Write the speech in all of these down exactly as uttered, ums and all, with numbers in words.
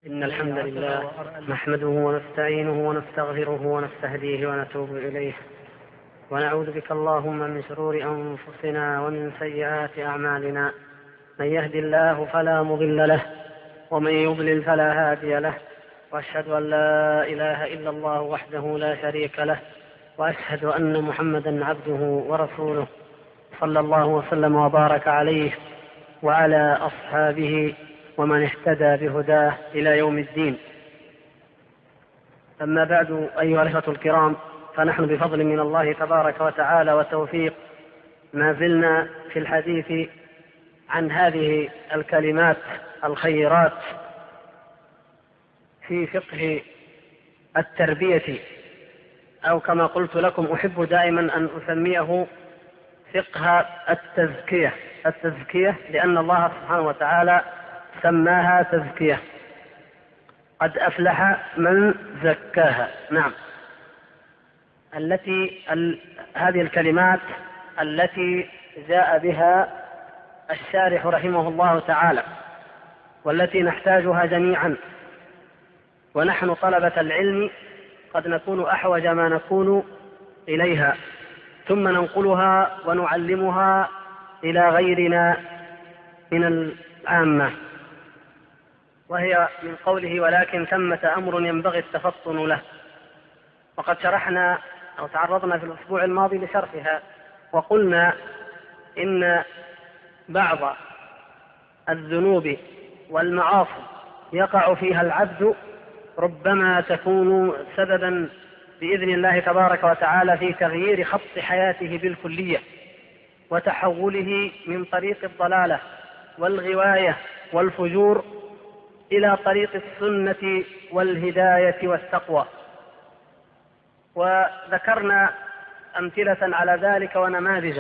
إن الحمد لله نحمده ونستعينه ونستغفره ونستهديه ونتوب إليه، ونعوذ بك اللهم من شرور أنفسنا ومن سيئات أعمالنا. من يهد الله فلا مضل له ومن يضلل فلا هادي له، وأشهد أن لا إله إلا الله وحده لا شريك له، وأشهد أن محمدا عبده ورسوله صلى الله وسلم وبارك عليه وعلى أصحابه ومن اهتدى بهداه إلى يوم الدين. أما بعد، أيها الإخوة الكرام، فنحن بفضل من الله تبارك وتعالى وتوفيق ما زلنا في الحديث عن هذه الكلمات الخيرات في فقه التربية، أو كما قلت لكم أحب دائما أن أسميه فقه التزكية التزكية لأن الله سبحانه وتعالى سماها تزكية. قد أفلح من زكاها. نعم، التي ال... هذه الكلمات التي جاء بها الشارح رحمه الله تعالى، والتي نحتاجها جميعا، ونحن طلبة العلم قد نكون أحوج ما نكون إليها، ثم ننقلها ونعلمها إلى غيرنا من العامة. وهي من قوله: ولكن ثمة أمر ينبغي التفطن له. وقد شرحنا أو تعرضنا في الأسبوع الماضي لشرحها، وقلنا إن بعض الذنوب والمعاصي يقع فيها العبد ربما تكون سببا بإذن الله تبارك وتعالى في تغيير خط حياته بالكلية، وتحوله من طريق الضلالة والغواية والفجور إلى طريق السنة والهداية والتقوى. وذكرنا أمثلة على ذلك ونماذج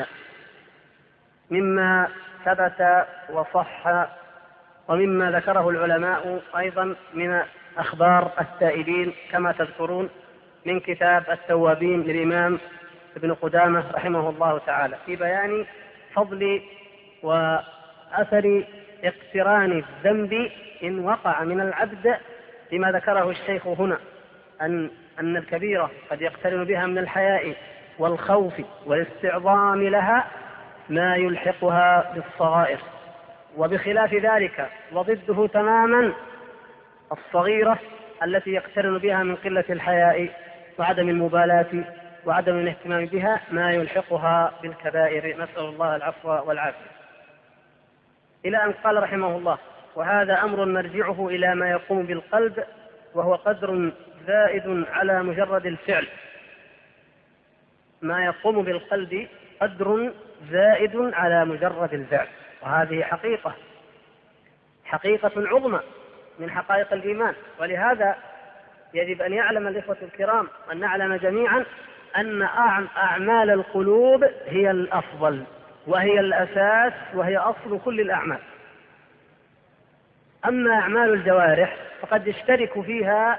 مما ثبت وصح، ومما ذكره العلماء أيضا من أخبار التائبين، كما تذكرون من كتاب التوابين للإمام ابن قدامة رحمه الله تعالى، في بيان فضل وأثر اقتران الذنب إن وقع من العبد، لما ذكره الشيخ هنا أن أن الكبيرة قد يقترن بها من الحياء والخوف والاستعظام لها ما يلحقها بالصغائر، وبخلاف ذلك وضده تماما الصغيرة التي يقترن بها من قلة الحياء وعدم المبالاة وعدم الاهتمام بها ما يلحقها بالكبائر، نسأل الله العفو والعافية. إلى أن قال رحمه الله: وهذا أمر مرجعه إلى ما يقوم بالقلب، وهو قدر زائد على مجرد الفعل. ما يقوم بالقلب قدر زائد على مجرد الفعل، وهذه حقيقة حقيقة عظمى من حقائق الإيمان. ولهذا يجب أن يعلم الإخوة الكرام، أن نعلم جميعا أن أعمال القلوب هي الأفضل وهي الأساس وهي أصل كل الأعمال. أما أعمال الجوارح فقد يشترك فيها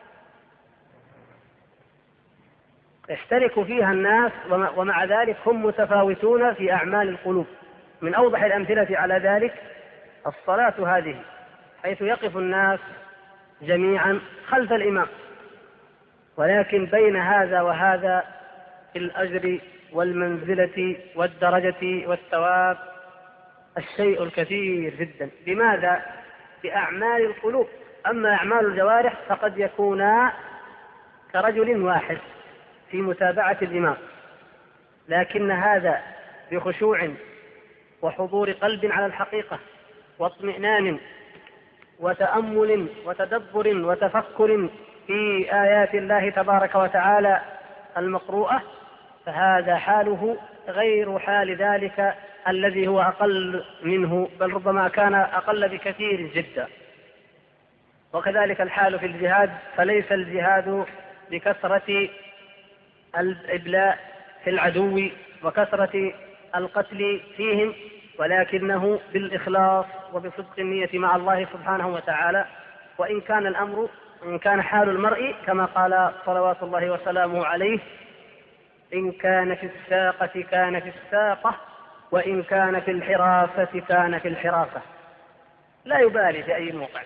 يشترك فيها الناس، ومع ذلك هم متفاوتون في أعمال القلوب. من أوضح الأمثلة على ذلك الصلاة هذه، حيث يقف الناس جميعا خلف الإمام، ولكن بين هذا وهذا في الأجر والمنزلة والدرجة والثواب الشيء الكثير جدا. لماذا؟ بأعمال القلوب. أما أعمال الجوارح فقد يكونا كرجل واحد في متابعة الإمام، لكن هذا بخشوع وحضور قلب على الحقيقة واطمئنان وتأمل وتدبر وتفكر في آيات الله تبارك وتعالى المقروءة، فهذا حاله غير حال ذلك الذي هو أقل منه، بل ربما كان أقل بكثير جدا. وكذلك الحال في الجهاد، فليس الجهاد بكثرة الإبلاء في العدو وكثرة القتل فيهم، ولكنه بالإخلاص وبصدق النية مع الله سبحانه وتعالى. وإن كان الأمر إن كان حال المرء كما قال صلوات الله وسلامه عليه: إن كان في الساقة كان في الساقة، وإن كان في الحراسة كان في الحراسة. لا يبالي في أي موقع،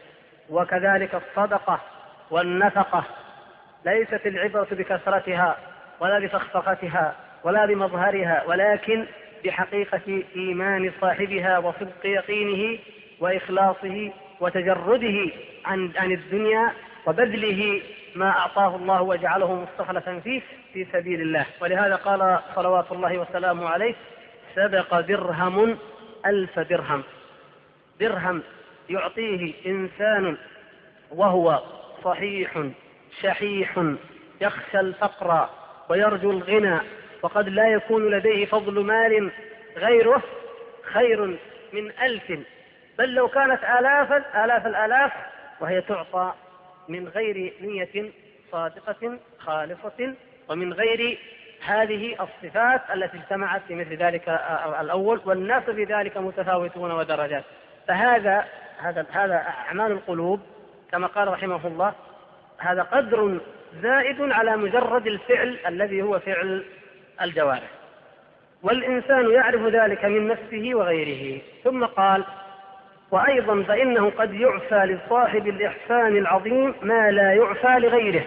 وكذلك الصدقة والنفقة. ليست العبرة بكثرتها ولا بفخفختها ولا بمظهرها، ولكن بحقيقة إيمان صاحبها وصدق يقينه وإخلاصه وتجرده عن عن الدنيا وبذله ما أعطاه الله وجعله مستخلفا فيه في سبيل الله. ولهذا قال صلوات الله وسلامه عليه: سبق درهم ألف درهم. درهم يعطيه إنسان وهو صحيح شحيح يخشى الفقر ويرجو الغنى وقد لا يكون لديه فضل مال غيره، خير من ألف، بل لو كانت آلافا آلاف الآلاف وهي تعطى من غير نية صادقة خالصة ومن غير هذه الصفات التي اجتمعت في مثل ذلك الأول. والناس في ذلك متفاوتون ودرجات. فهذا هذا هذا أعمال القلوب كما قال رحمه الله، هذا قدر زائد على مجرد الفعل الذي هو فعل الجوارح، والإنسان يعرف ذلك من نفسه وغيره. ثم قال: وأيضا فإنه قد يعفى لصاحب الإحسان العظيم ما لا يعفى لغيره.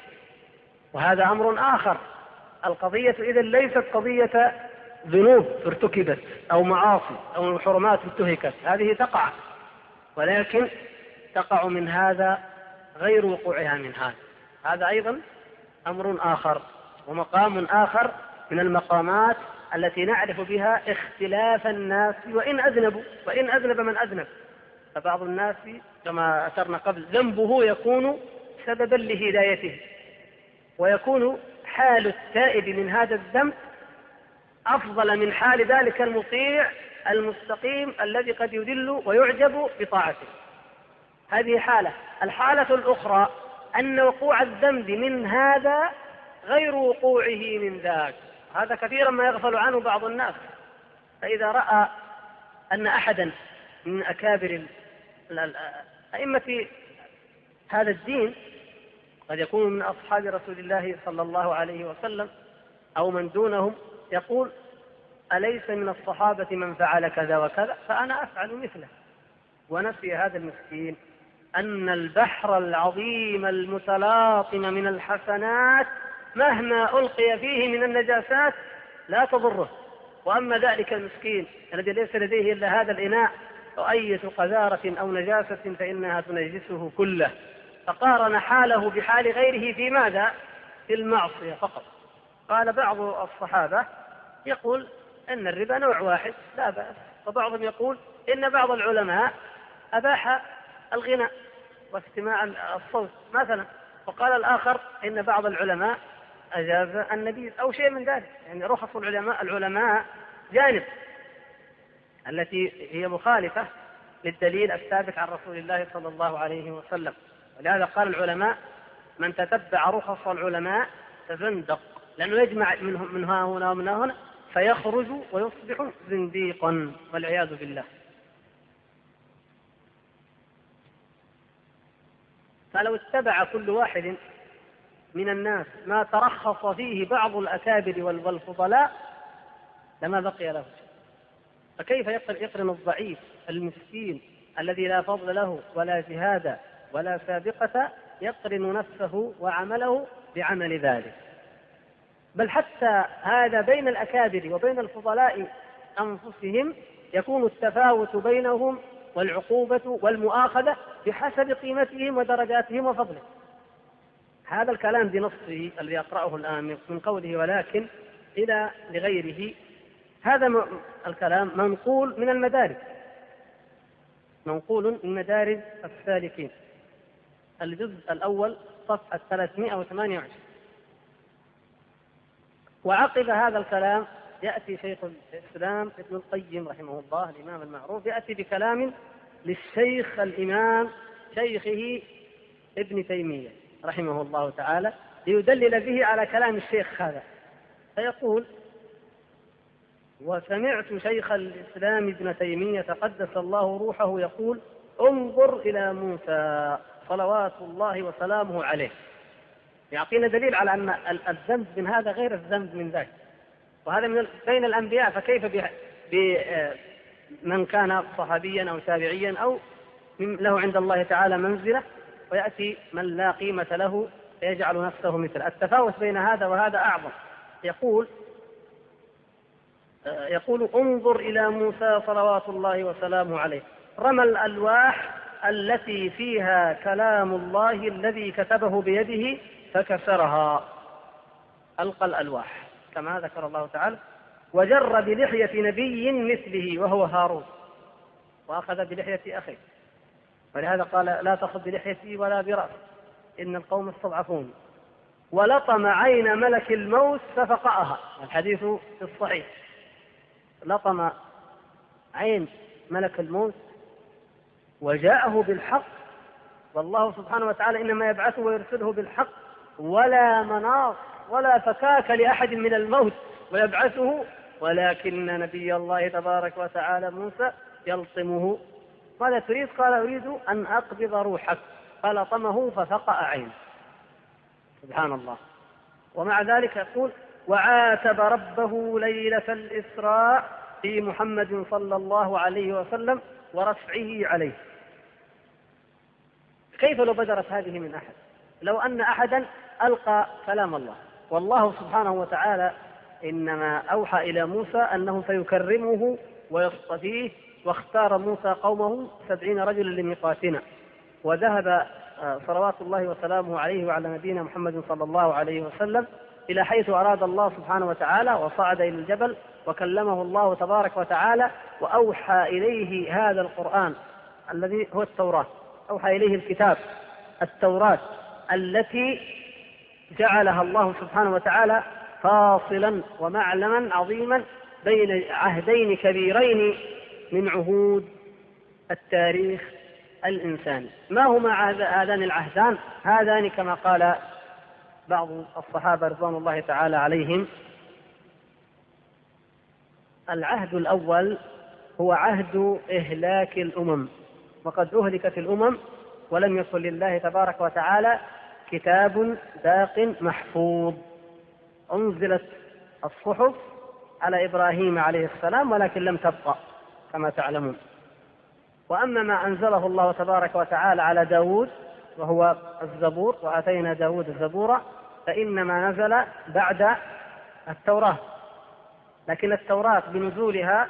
وهذا أمر آخر. القضية إذن ليست قضية ذنوب ارتكبت أو معاصي أو حرمات انتهكت، هذه تقع، ولكن تقع من هذا غير وقوعها من هذا. هذا أيضا أمر آخر ومقام آخر من المقامات التي نعرف بها اختلاف الناس وإن أذنبوا وإن أذنب من أذنب. فبعض الناس كما أثرنا قبل ذنبه يكون سببا لهدايته، ويكون حال التائب من هذا الذنب أفضل من حال ذلك المطيع المستقيم الذي قد يذل ويعجب بطاعته. هذه حالة. الحالة الأخرى أن وقوع الذنب من هذا غير وقوعه من ذاك. هذا كثيرا ما يغفل عنه بعض الناس. فإذا رأى أن أحدا من أكابر أئمة هذا الدين قد يكون من أصحاب رسول الله صلى الله عليه وسلم أو من دونهم يقول: أليس من الصحابة من فعل كذا وكذا فأنا أفعل مثله، ونسي هذا المسكين أن البحر العظيم المتلاطم من الحسنات مهما ألقي فيه من النجاسات لا تضره، وأما ذلك المسكين الذي ليس لديه إلا هذا الإناء وأية قذارة أو نجاسة فإنها تنجسه كله. فقارن حاله بحال غيره في ماذا؟ في المعصية فقط. قال بعض الصحابة يقول أن الربا نوع واحد لا بأس، وبعضهم يقول إن بعض العلماء أباح الغناء واستماع الصوت مثلا، وقال الآخر إن بعض العلماء أجاز النبيذ أو شيء من ذلك. يعني رخص العلماء العلماء جانب التي هي مخالفة للدليل الثابت عن رسول الله صلى الله عليه وسلم. ولهذا قال العلماء: من تتبع رخص العلماء تزندق، لأنه يجمع منهم من ها هنا ومن هنا فيخرج ويصبح زنديقا والعياذ بالله. فلو اتبع كل واحد من الناس ما ترخص فيه بعض الأكابر والفضلاء لما بقي له شيء. فكيف يقرن الضعيف المسكين الذي لا فضل له ولا جهاد ولا سابقة يقرن نفسه وعمله بعمل ذلك؟ بل حتى هذا بين الأكابر وبين الفضلاء أنفسهم يكون التفاوت بينهم والعقوبة والمؤاخذة بحسب قيمتهم ودرجاتهم وفضلهم. هذا الكلام بنصه الذي يقرأه الآن من قوله ولكن إلى لغيره، هذا الكلام منقول من المدارج، منقول من مدارج السالكين الجزء الأول صفحة ثلاثمائة وثمانية وعشرين. وعقب هذا الكلام يأتي شيخ الإسلام ابن القيم رحمه الله الإمام المعروف، يأتي بكلام للشيخ الإمام شيخه ابن تيمية رحمه الله تعالى ليدلل به على كلام الشيخ هذا. فيقول: وسمعت شيخ الإسلام ابن تيمية قدس الله روحه يقول: انظر إلى موسى صلوات الله وسلامه عليه. يعطينا دليل على أن الذنب من هذا غير الذنب من ذاك، وهذا من بين الأنبياء، فكيف بمن كان صحابيا أو تابعيا أو له عند الله تعالى منزلة، ويأتي من لا قيمة له فيجعل نفسه مثله. التفاوت بين هذا وهذا أعظم. يقول يقول انظر إلى موسى صلوات الله وسلامه عليه، رمى الألواح التي فيها كلام الله الذي كتبه بيده فكسرها، ألقى الألواح كما ذكر الله تعالى، وجر بلحية نبي مثله وهو هارون، وأخذ بلحية أخيه، ولهذا قال لا تأخذ بلحيتي ولا برأسي إن القوم استضعفون، ولطم عين ملك الموت ففقأها، الحديث في الصحيح، لطم عين ملك الموت وجاءه بالحق، والله سبحانه وتعالى إنما يبعثه ويرسله بالحق، ولا مناص ولا فكاك لأحد من الموت ويبعثه، ولكن نبي الله تبارك وتعالى موسى يلطمه. ماذا تريد؟ قال أريد أن أقبض روحك، فلطمه ففقأ عينه. سبحان الله. ومع ذلك يقول وعاتب ربه ليلة الإسراء في محمد صلى الله عليه وسلم ورفعه عليه. كيف لو بدرت هذه من أحد؟ لو أن أحدا ألقى كلام الله، والله سبحانه وتعالى إنما أوحى إلى موسى أنه سيكرمه ويصطفيه، واختار موسى قومه سبعين رجلا لميقاتنا، وذهب صلوات الله وسلامه عليه وعلى نبينا محمد صلى الله عليه وسلم إلى حيث أراد الله سبحانه وتعالى، وصعد إلى الجبل وكلمه الله تبارك وتعالى، وأوحى إليه هذا القرآن الذي هو التوراة، أوحى إليه الكتاب التوراة التي جعلها الله سبحانه وتعالى فاصلا ومعلما عظيما بين عهدين كبيرين من عهود التاريخ الإنساني. ما هما هذان العهدان؟ هذان كما قال بعض الصحابة رضوان الله تعالى عليهم: العهد الأول هو عهد إهلاك الأمم، وقد أهلكت الأمم ولم يكن لله تبارك وتعالى كتاب باق محفوظ. أنزلت الصحف على إبراهيم عليه السلام ولكن لم تبقى كما تعلمون. وأما ما أنزله الله تبارك وتعالى على داود وهو الزبور، وآتينا داود الزبور، فإنما نزل بعد التوراة. لكن التوراة بنزولها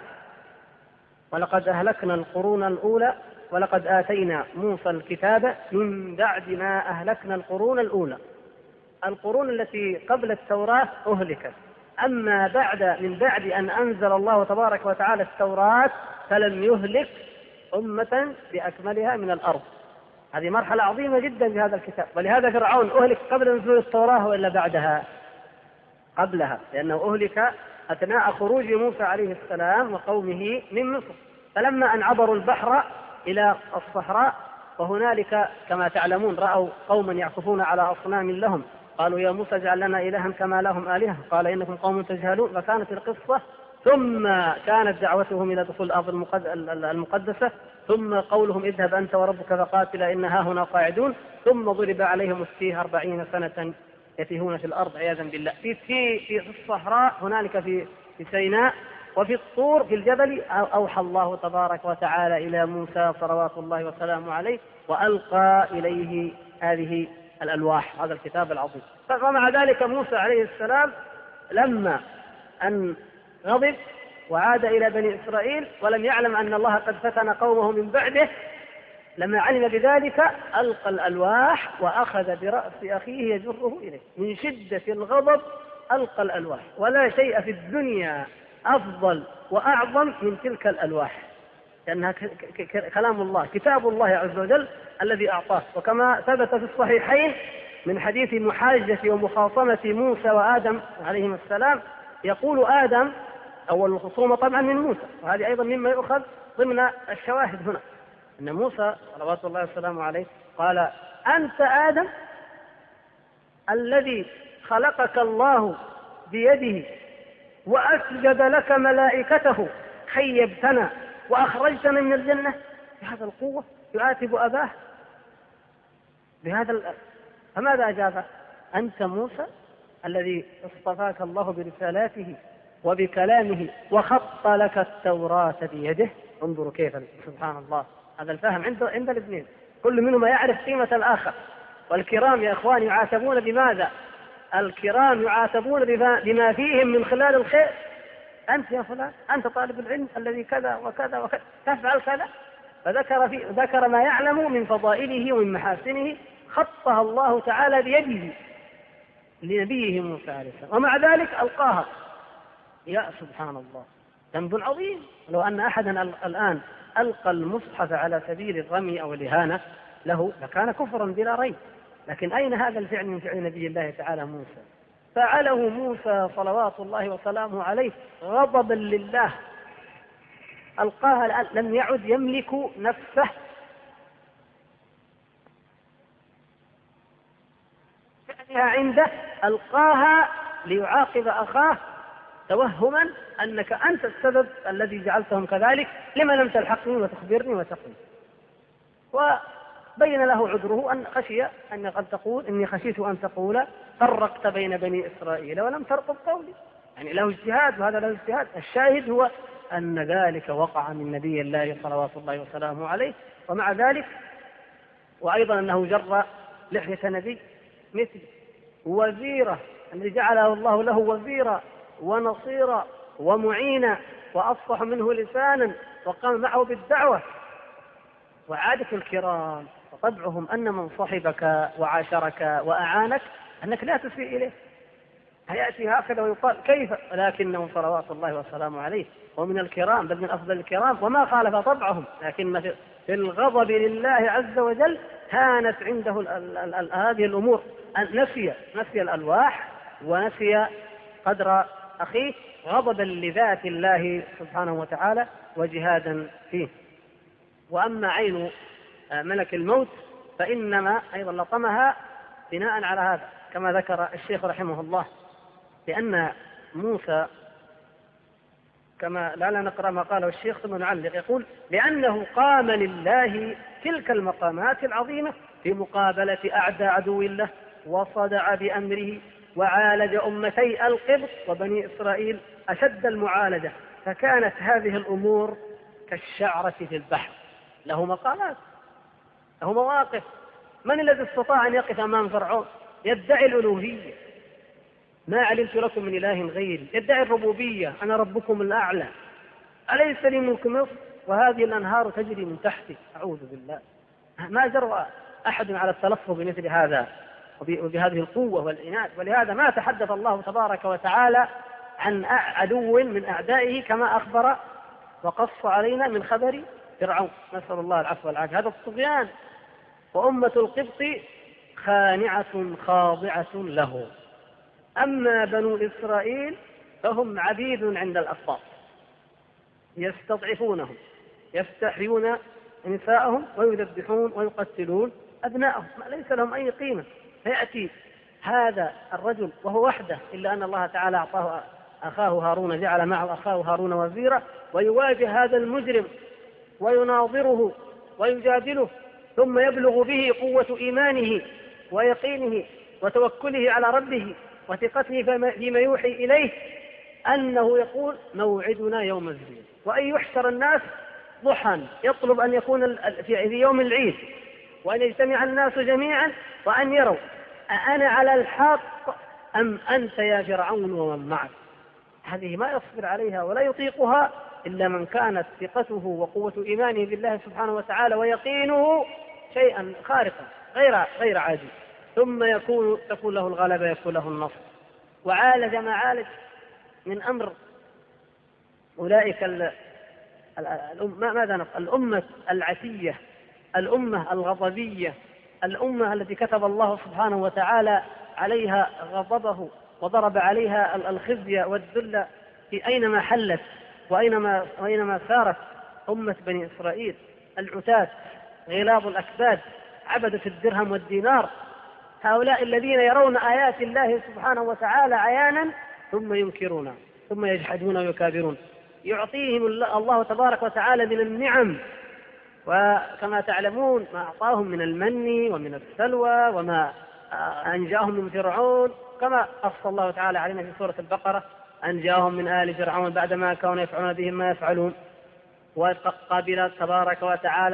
ولقد أهلكنا القرون الأولى ولقد آتينا موسى الكتاب من بعد ما أهلكنا القرون الأولى، القرون التي قبل التوراة أهلكت. أما بعد من بعد أن أنزل الله تبارك وتعالى التوراة فلم يهلك أمة بأكملها من الأرض. هذه مرحلة عظيمة جدا في هذا الكتاب. ولهذا فرعون أهلك قبل نزول التوراة وإلا بعدها؟ قبلها، لأنه أهلك أثناء خروج موسى عليه السلام وقومه من مصر، فلما أن عبروا البحر إلى الصحراء، وهنالك كما تعلمون رأوا قوما يعكفون على أصنام لهم، قالوا يا موسى اجعل لنا إلها كما لهم آلهة، قال إنكم قوم تجهلون. فكانت القصة، ثم كانت دعوتهم إلى دخول الأرض المقدسة، ثم قولهم اذهب أنت وربك فقاتلا إن ها هنا قاعدون، ثم ضرب عليهم التيه أربعين سنة يتيهون في الأرض عياذا بالله. في في الصحراء هنالك في في سيناء، وفي الطور في الجبل أوحى الله تبارك وتعالى إلى موسى صلوات الله وسلامه عليه، وألقى إليه هذه الألواح، هذا الكتاب العظيم. فمع ذلك موسى عليه السلام لما أن غضب وعاد إلى بني إسرائيل ولم يعلم أن الله قد فتن قومه من بعده، لما علم بذلك ألقى الألواح وأخذ برأس أخيه يجره إليه من شدة الغضب. ألقى الألواح، ولا شيء في الدنيا أفضل وأعظم من تلك الألواح، لأنها كلام الله، كتاب الله عز وجل الذي أعطاه. وكما ثبت في الصحيحين من حديث محاجة ومخاصمة موسى وآدم عليهما السلام، يقول آدم أول الخصومة طبعا من موسى، وهذه أيضا مما يؤخذ ضمن الشواهد هنا، أن موسى صلوات الله وسلامه عليه قال أنت آدم الذي خلقك الله بيده وأسجد لك ملائكته خيبتنا وأخرجتنا من الجنة. بهذا القوة يعاتب أباه بهذا ال... فماذا أجاب؟ أنت موسى الذي اصطفاك الله برسالاته وبكلامه وخط لك التوراة بيده. انظروا كيف سبحان الله هذا الفهم عند عند الاثنين، كل منهما يعرف قيمة الآخر. والكرام يا إخواني يعاتبون بماذا؟ الكرام يعاتبون بما فيهم من خلال الخير. أنت يا فلان، أنت طالب العلم الذي كذا وكذا وكذا تفعل كذا، فذكر في ذكر ما يعلم من فضائله ومن محاسنه خطها الله تعالى بيده لنبيه موسى عليه السلام، ومع ذلك ألقاها. يا سبحان الله، ذنب عظيم. لو أن أحدا الآن ألقى المصحف على سبيل الرمي أو الإهانة له لكان كفرا بلا ريب، لكن أين هذا الفعل من فعل نبي الله تعالى موسى؟ فعله موسى صلوات الله وسلامه عليه غضبا لله، ألقاها لم يعد يملك نفسه عنده، ألقاها ليعاقب أخاه توهما أنك أنت السبب الذي جعلتهم كذلك، لما لم تلحقني وتخبرني وتقول. وبين له عذره أن خشي أن قد تقول إني خشيت أن تقول فرقت بين بني إسرائيل ولم ترقب قولي، يعني له اجتهاد وهذا له اجتهاد. الشاهد هو أن ذلك وقع من نبي الله صلوات الله وسلامه عليه، ومع ذلك وأيضا أنه جر لحية نبي مثل وزيرة الذي جعله الله له وزيرا ونصيرا ومعينا وأفصح منه لسانا وقام معه بالدعوة. وعادة الكرام وطبعهم أن من صحبك وعاشرك وأعانك أنك لا تسيء إليه، هيأتي هكذا ويقال كيف، ولكنه صلوات الله وسلامه عليه ومن الكرام بل من أفضل الكرام، وما خالف طبعهم، لكن في الغضب لله عز وجل هانت عنده ال ال ال ال هذه الأمور، نسي نسي الألواح ونسي قدر أخيه غضبا لذات الله سبحانه وتعالى وجهادا فيه. وأما عين ملك الموت فإنما أيضا لطمها بناء على هذا كما ذكر الشيخ رحمه الله، لأن موسى كما لا لا نقرأ ما قاله الشيخ ثم نعلق، يقول لأنه قام لله تلك المقامات العظيمة في مقابلة أعدى عدو الله، وصدع بأمره وعالج أمتي القبط وبني إسرائيل أشد المعالجة، فكانت هذه الأمور كالشعرة في البحر، له مقامات له مواقف. من الذي استطاع أن يقف أمام فرعون يدعي الألوهية ما علمت لكم من إله غيري، يدعي الربوبية أنا ربكم الأعلى، أليس لي ملك مصر وهذه الأنهار تجري من تحتي، أعوذ بالله. ما جرأ أحد على التلفظ بمثل هذا وبهذه القوة والعناد، ولهذا ما تحدث الله تبارك وتعالى عن عدو من أعدائه كما أخبر وقص علينا من خبر فرعون، نسأل الله العفو والعافية. هذا الطغيان، وأمة القبط خانعة خاضعة له. أما بنو إسرائيل فهم عبيد عند الأقطاب، يستضعفونهم، يستحيون نساءهم ويذبحون ويقتلون أبناءهم، ليس لهم أي قيمة. فيأتي هذا الرجل وهو وحده، إلا أن الله تعالى أعطاه أخاه هارون، جعل معه أخاه هارون وزيرا، ويواجه هذا المجرم ويناظره ويجادله، ثم يبلغ به قوة إيمانه ويقينه وتوكله على ربه وثقته فيما يوحي إليه أنه يقول موعدنا يوم الزينة، وأن يحشر الناس ضحى، يطلب أن يكون في يوم العيد وأن يجتمع الناس جميعا وأن يروا أأنا على الحق أم أنت يا فرعون ومن معك. هذه ما يصبر عليها ولا يطيقها إلا من كانت ثقته وقوة إيمانه بالله سبحانه وتعالى ويقينه شيئا خارقا غير غير عادي، ثم يكون تكون له الغلبة، يكون له النصر. وعالج ما عالج من أمر أولئك ماذا نقول الأمة العتية، الأمة الغضبية، الأمة التي كتب الله سبحانه وتعالى عليها غضبه وضرب عليها الخزي والذل في أينما حلت وأينما, وأينما سارت. أمة بني إسرائيل العتاة غلاظ الأكباد عبدة الدرهم والدينار، هؤلاء الذين يرون آيات الله سبحانه وتعالى عيانا ثم ينكرون ثم يجحدون ويكابرون. يعطيهم الله تبارك وتعالى من النعم، وكما تعلمون ما أعطاهم من المن ومن السلوى وما أنجاهم من فرعون، كما قص الله تعالى علينا في سورة البقرة أنجاهم من آل فرعون بعدما كانوا يفعلون بهم ما يفعلون. وقبل تبارك وتعالى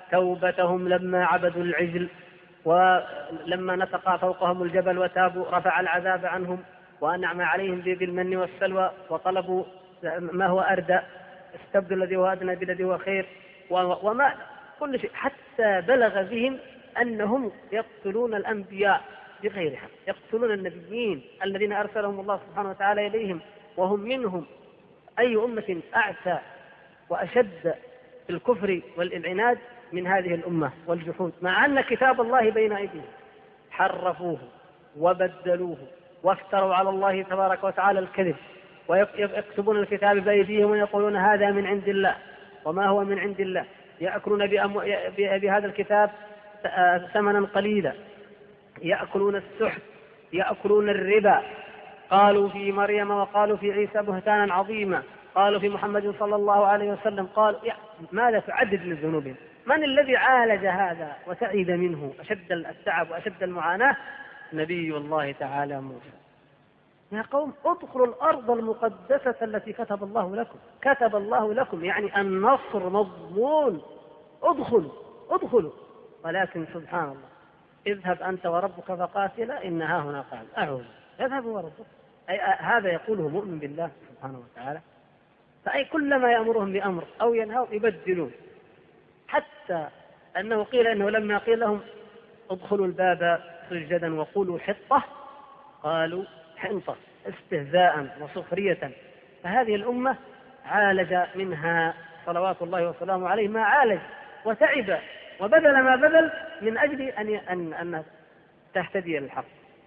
توبتهم لما عبدوا العجل، ولما نطق فوقهم الجبل وتابوا رفع العذاب عنهم وأنعم عليهم بالمن والسلوى، وطلبوا ما هو أردى، استبدل الذي هو أدنى بالذي هو خير، وما كل شيء، حتى بلغ بهم أنهم يقتلون الأنبياء بغير حق، يقتلون النبيين الذين أرسلهم الله سبحانه وتعالى إليهم وهم منهم. أي أمة أعتى وأشد في الكفر والعناد من هذه الأمة والجحود، مع أن كتاب الله بين أيديهم حرفوه وبدلوه وافتروا على الله تبارك وتعالى الكذب، ويكتبون الكتاب بأيديهم ويقولون هذا من عند الله وما هو من عند الله، يأكلون بهذا الكتاب ثمنا قليلا، يأكلون السحت، يأكلون الربا، قالوا في مريم وقالوا في عيسى بهتانا عظيما، قالوا في محمد صلى الله عليه وسلم، قالوا ماذا تعدد من ذنوبهم؟ من الذي عالج هذا وتعيد منه أشد التعب وأشد المعاناة؟ نبي الله تعالى موسى. يا قوم ادخلوا الأرض المقدسة التي كتب الله لكم، كتب الله لكم يعني النصر مضمون، ادخلوا ادخلوا، ولكن سبحان الله اذهب أنت وربك فقاتلا إنها هنا قال أعوذ، اذهب وربك. أي هذا يقوله مؤمن بالله سبحانه وتعالى. فأي كلما يأمرهم بأمر أو ينهوا يبدلون، حتى أنه قيل أنه لما قيل لهم ادخلوا الباب سجدا وقولوا حطة قالوا حنطة استهزاء وسخرية. فهذه الأمة عالج منها صلوات الله وسلامه عليه ما عالج، وتعب وبذل ما بذل من أجل أن أن أن تهتدي للحق.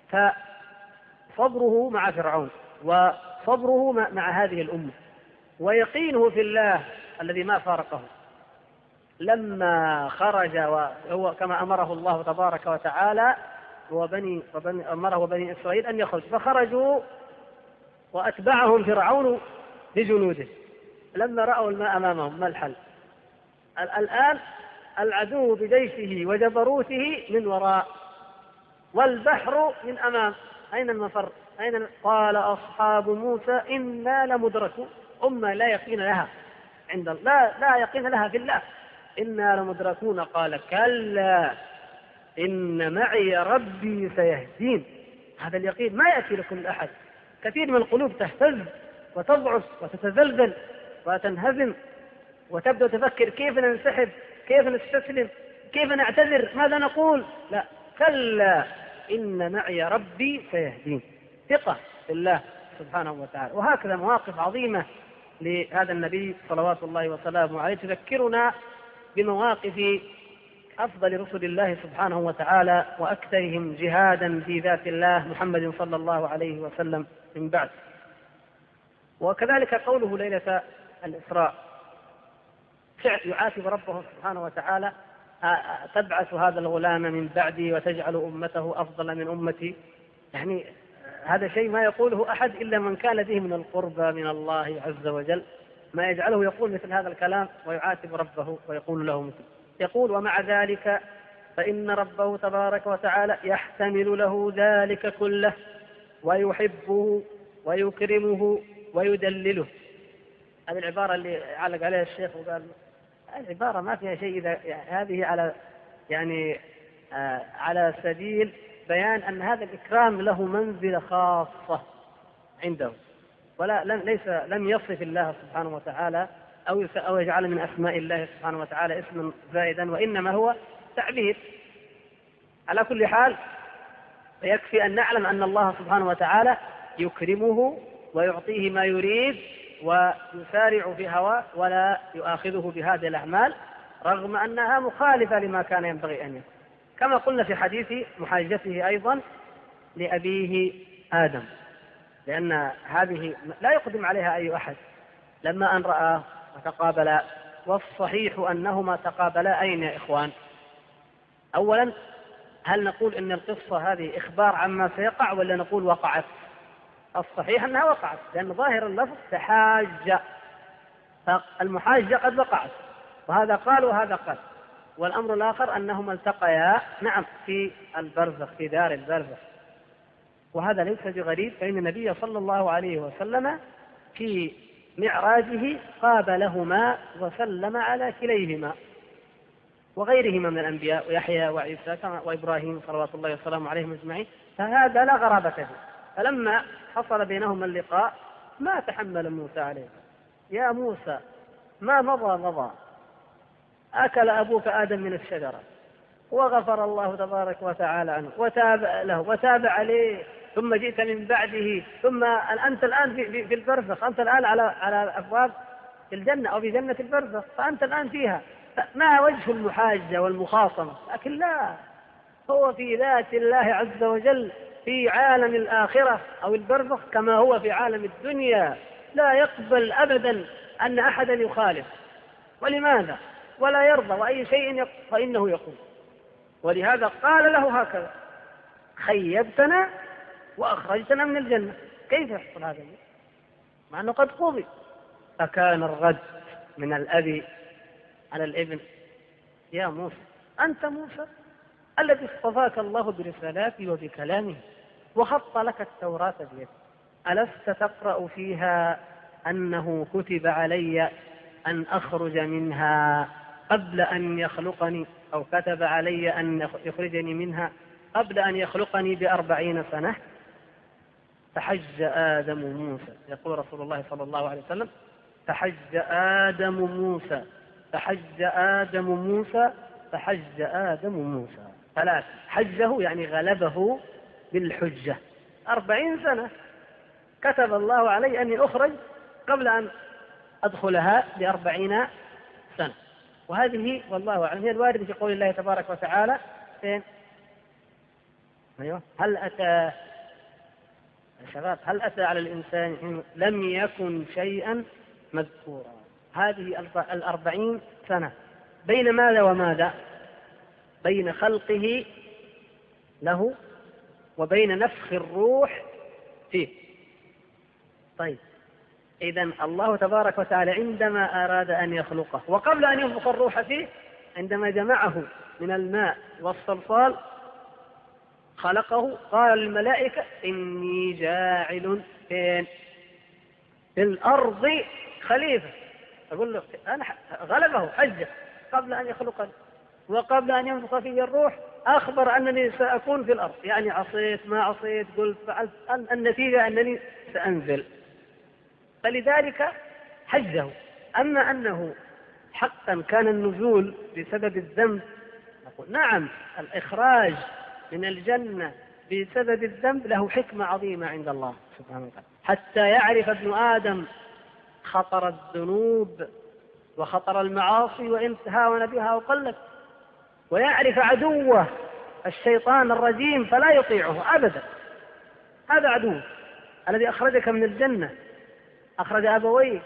فصبره مع فرعون وصبره مع هذه الأمة ويقينه في الله الذي ما فارقه، لما خرج وهو كما أمره الله تبارك وتعالى وبني, وبني أمره بني إسرائيل أن يخرج، فخرجوا وأتبعهم فرعون بجنوده لما رأوا الماء أمامهم. ما الحل؟ الآن العدو بجيشه وجبروته من وراء والبحر من أمام، أين المفر؟ أين؟ قال أصحاب موسى إنا لمدركون. أمة لا يقين لها عند لا لا يقين لها في الله، إنا لمدركون. قال كلا إن معي ربي سيهدين. هذا اليقين ما يأتي لكل أحد. كثير من القلوب تهتز وتضعف وتتزلزل وتنهزم وتبدأ تفكر كيف ننسحب، كيف نستسلم، كيف نعتذر، ماذا نقول؟ لا، كلا إن معي ربي سيهدين. ثقة في الله سبحانه وتعالى. وهكذا مواقف عظيمة لهذا النبي صلوات الله وسلامه عليه تذكرنا بمواقف أفضل رسل الله سبحانه وتعالى وأكثرهم جهادا في ذات الله محمد صلى الله عليه وسلم من بعد. وكذلك قوله ليلة الإسراء يعاتب ربه سبحانه وتعالى تبعث هذا الغلام من بعدي وتجعل أمته أفضل من أمتي. يعني هذا شيء ما يقوله أحد إلا من كان به من القربى من الله عز وجل، ما يجعله يقول مثل هذا الكلام ويعاتب ربه ويقول له مثل. يقول ومع ذلك فإن ربه تبارك وتعالى يحتمل له ذلك كله ويحبه ويكرمه ويدلله. هذه العبارة اللي علق عليها الشيخ وقال العبارة ما فيها شيء إذا يعني هذه على يعني آه على سبيل بيان أن هذا الإكرام له منزلة خاصة عنده، ولا لم ليس لم يصف الله سبحانه وتعالى أو أو يجعل من أسماء الله سبحانه وتعالى اسما زائدا، وإنما هو تعبير. على كل حال يكفي أن نعلم أن الله سبحانه وتعالى يكرمه ويعطيه ما يريد ويسارع في هواه ولا يؤاخذه بهذه الأعمال رغم أنها مخالفة لما كان ينبغي أن يكون، كما قلنا في حديث محاجته أيضا لأبيه آدم، لأن هذه لا يقدم عليها أي أحد لما أن رآه وتقابلا. والصحيح أنهما تقابلا أين يا إخوان؟ أولا هل نقول إن القصة هذه إخبار عما سيقع ولا نقول وقعت؟ الصحيح أنها وقعت، لأن ظاهر اللفظ تحاجة، فالمحاجة قد وقعت، وهذا قال وهذا قال. والأمر الآخر أنهما التقيا نعم في البرزخ في دار البرزخ، وهذا ليس بغريب، فإن النبي صلى الله عليه وسلم في معراجه قابلهما وسلم على كليهما. وغيرهما من الأنبياء ويحيى وعيسى وإبراهيم صلوات الله وسلامه عليهم أجمعين، فهذا لا غرابة فيه. فلما حصل بينهما اللقاء ما تحمل موسى عليه: يا موسى ما مضى مضى، أكل أبوك آدم من الشجرة وغفر الله تبارك وتعالى عنه وتاب له وتاب عليه، ثم جئت من بعده، ثم أنت الآن في, في البرزخ، أنت الآن على على أبواب الجنة أو في جنة البرزخ، فأنت الآن فيها، ما وجه المحاجة والمخاصمة؟ لكن لا، هو في ذات الله عز وجل في عالم الآخرة أو البرزخ كما هو في عالم الدنيا، لا يقبل أبدا أن أحدا يخالف. ولماذا؟ ولا يرضى، وأي شيء فإنه يقول. ولهذا قال له هكذا: خيبتنا وأخرجتنا من الجنة. كيف يحصل هذا مع أنه قد قضي؟ فكان الرد من الأب على الابن: يا موسى أنت موسى الذي اصطفاك الله برسالاته وبكلامه وخط لك التوراة بيده، ألست تقرأ فيها أنه كتب علي أن أخرج منها قبل أن يخلقني، أو كتب علي أن يخرجني منها قبل أن يخلقني بأربعين سنة؟ فحج آدم موسى، يقول رسول الله صلى الله عليه وسلم: فحج آدم موسى فحج آدم موسى فحج آدم موسى ثلاث. حجه يعني غلبه بالحجة. أربعين سنة كتب الله علي أني أخرج قبل أن أدخلها بأربعين سنة. وهذه والله أعلم هي الواردة في قول الله تبارك وتعالى: فين؟ أيوة. هل أتى شباب هل أتى على الإنسان لم يكن شيئا مذكورا. هذه الأربعين سنة بين ماذا وماذا؟ بين خلقه له وبين نفخ الروح فيه. طيب، إذن الله تبارك وتعالى عندما أراد أن يخلقه وقبل أن ينفخ الروح فيه، عندما جمعه من الماء والصلصال خلقه، قال للملائكة: إني جاعل في الأرض خليفة. أقول له أنا غلبه حجة قبل أن يخلقني، وقبل أن ينفخ فيه الروح أخبر أنني سأكون في الأرض، يعني عصيت ما عصيت قلت فعلت، النتيجة أنني سأنزل. فلذلك حجه. أما أنه حقا كان النزول بسبب الذنب، نقول نعم، الإخراج من الجنة بسبب الذنب له حكمة عظيمة عند الله سبحانه وتعالى، حتى يعرف ابن آدم خطر الذنوب وخطر المعاصي وإن تهاون بها وقلت، ويعرف عدوه الشيطان الرجيم فلا يطيعه أبدا. هذا عدو الذي أخرجك من الجنة، أخرج أبويه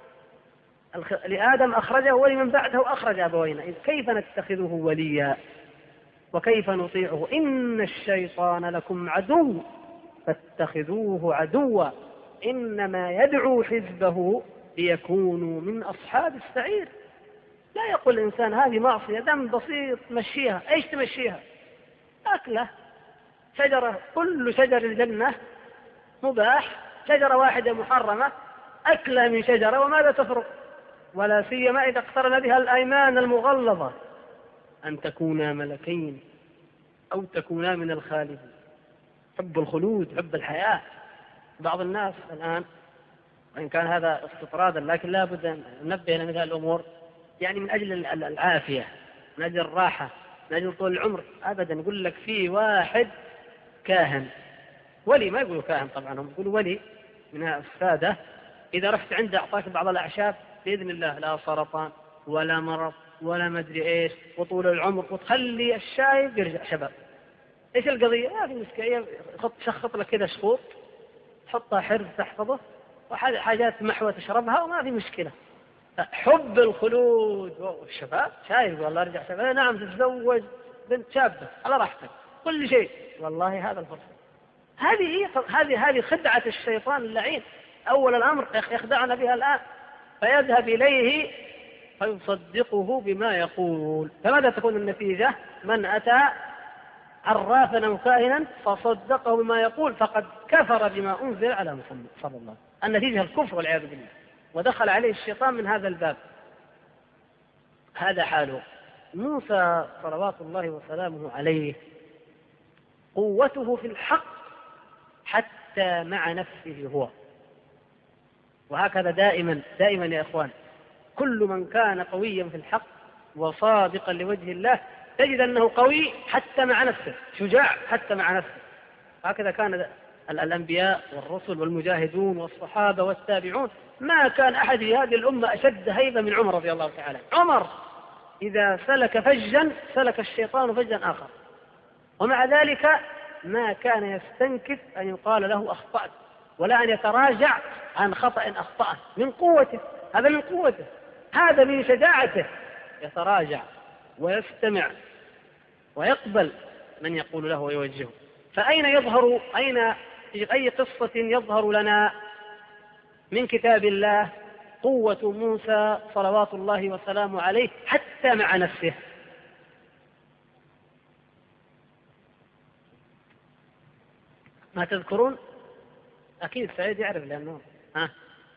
لآدم، أخرجه ولمن بعده أخرج أبوينا، إذ كيف نتخذه وليا وكيف نطيعه؟ إن الشيطان لكم عدو فاتخذوه عدوا إنما يدعو حزبه ليكونوا من أصحاب السعير. لا يقول الإنسان هذه معصية دم بسيط مشيها. إيش تمشيها؟ أكله شجرة، كل شجر الجنة مباح، شجرة واحدة محرمة، أكله من شجرة وماذا تفرق؟ ولا سيما إذا اقترن بها الأيمان المغلظة أن تكونا ملكين أو تكونا من الخالدين. حب الخلود، حب الحياة. بعض الناس الآن، وإن كان هذا استطرادا لكن لا بد أن ننبه إلى مثل الأمور، يعني من أجل العافية، من أجل الراحة، من أجل طول العمر، أبدا يقول لك في واحد كاهن ولي، ما يقولوا كاهن طبعا، هم يقولوا ولي من السادة، إذا رحت عنده أعطاك بعض الأعشاب بإذن الله لا سرطان ولا مرض ولا مدري إيش وطول العمر، وتخلي الشايب يرجع شباب. إيش القضية؟ ما في مشكلة، خط شخط لك كذا شخوط تحطها حرز تحفظه وحاجات محوة تشربها وما في مشكلة. حب الخلود والشباب، شايب والله ارجع شباب، نعم تتزوج بنت شابة على راحتك كل شيء، والله هذا الفرصة. هذه هي هذه هذه خدعة الشيطان اللعين. أول الأمر يخدعنا بها الآن، فيذهب إليه فيصدقه بما يقول. فماذا تكون النتيجة؟ من أتى عرافا أو كاهنا فصدقه بما يقول فقد كفر بما أنزل على محمد صلى الله عليه وسلم. النتيجة الكفر والعياذ بالله، ودخل عليه الشيطان من هذا الباب. هذا حاله. موسى صلوات الله وسلامه عليه قوته في الحق حتى مع نفسه هو. وهكذا دائما دائما يا إخوان، كل من كان قويا في الحق وصادقا لوجه الله تجد أنه قوي حتى مع نفسه، شجاع حتى مع نفسه. هكذا كان الأنبياء والرسل والمجاهدون والصحابة والتابعون. ما كان أحد في هذه الأمة أشد هيبة من عمر رضي الله تعالى. عمر إذا سلك فجا سلك الشيطان فجا آخر، ومع ذلك ما كان يستنكف أن يقال له أخطأت، ولا أن يتراجع عن خطأ أخطأه من قوته. هذا من قوته، هذا من شجاعته، يتراجع ويستمع ويقبل من يقول له ويوجهه. فأين يظهر أين في أي قصة يظهر لنا من كتاب الله قوة موسى صلوات الله وسلامه عليه حتى مع نفسه؟ ما تذكرون؟ أكيد سعيد يعرف لأنه ها.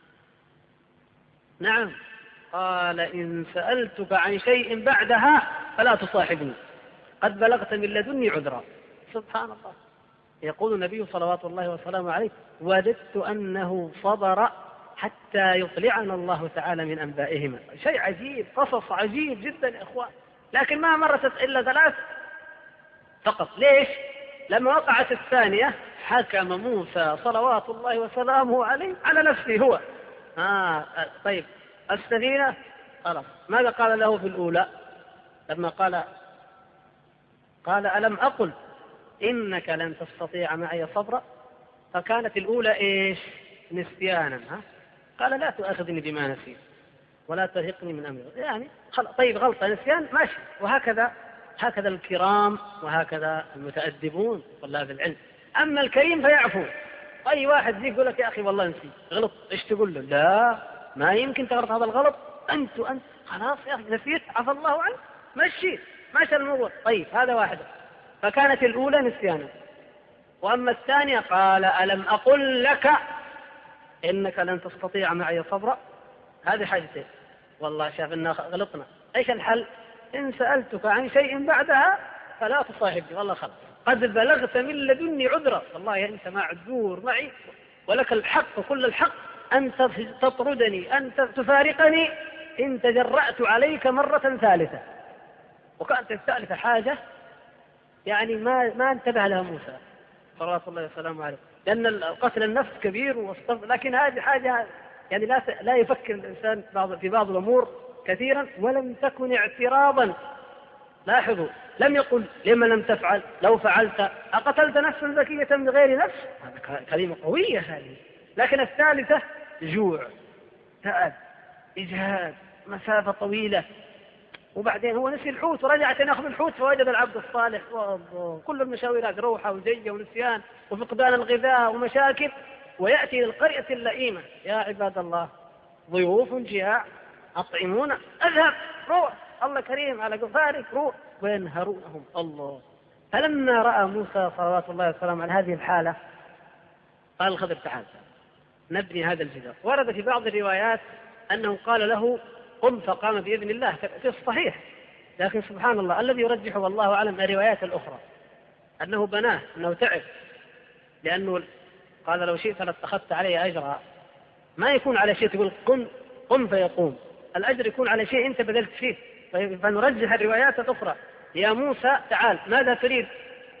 نعم، قال إن سألتك عن شيء بعدها فلا تصاحبني قد بلغت من لدني عذرا. سبحان الله، يقول النبي صلوات الله وسلامه عليه وددت أنه صبر حتى يطلعنا الله تعالى من أنبائهما. شيء عجيب، قصص عجيب جدا يا إخوان، لكن ما مرت إلا ثلاث فقط. ليش؟ لما وقعت الثانية حكم موسى صلوات الله وسلامه عليه على نفسه هو. آه طيب السفينة خلاص، ماذا قال له في الأولى لما قال قال ألم أقل إنك لن تستطيع معي صبرا؟ فكانت الأولى إيش؟ نسيانا. ها؟ قال لا تؤاخذني بما نسيت ولا ترهقني من أمري. يعني طيب غلطة نسيان ماشي. وهكذا هكذا الكرام وهكذا المتأدبون طلاب العلم. أما الكريم فيعفو. أي واحد يقول لك يا أخي والله نسيت غلط، إيش تقول له؟ لا ما يمكن تغلط هذا الغلط، أنت أنت خلاص يا أخي نسيت عفى الله عنك، مشي ماشي الموضوع. طيب هذا واحد. فكانت الأولى نسيانا. وأما الثانية قال ألم أقل لك إنك لن تستطيع معي صبرا؟ هذه حاجتين. والله شاف إننا غلطنا، إيش الحل؟ إن سألتك عن شيء بعدها فلا تصاحبني، والله خلاص قد بلغت من لدني عذرا، والله أنت معذور معي ولك الحق كل الحق أن تطردني أن تفارقني إن تجرأت عليك مرة ثالثة. وكانت الثالثة حاجة يعني ما ما انتبه لها موسى صلوات الله وسلامه عليه، لأن قتل النفس كبير واستغفر، لكن هذه حاجة يعني لا لا يفكر الإنسان في بعض الأمور كثيرا. ولم تكن اعتراضا، لاحظوا لم يقل لما لم تفعل، لو فعلت أقتلت نفسا زكية بغير نفس، هذا كلمة قوية هذه. لكن الثالثة جوع، تعب، إجهاد، مسافة طويلة، وبعدين هو نسي الحوت ورجع عشان ياخذ الحوت فوجد العبد الصالح وكل المشاويرات روحة وجية ونسيان وفقدان الغذاء ومشاكل، ويأتي للقرية اللئيمة يا عباد الله ضيوف جياع أطعمونا، أذهب روح الله كريم على قفارك روح، وينهرونهم الله. فلما رأى موسى صلوات الله وسلامه على هذه الحالة قال الخضر تعال نبني هذا الجدار. ورد في بعض الروايات أنه قال له قم فقام بإذن الله في الصحيح، لكن سبحان الله الذي يرجح والله أعلم الروايات الأخرى أنه بناه، أنه تعب، لأنه قال لو شئت لاتخذت علي أجرا. ما يكون على شيء تقول قم قم فيقوم، الأجر يكون على شيء أنت بذلت فيه. فنرجح الروايات الأخرى يا موسى تعال ماذا تريد؟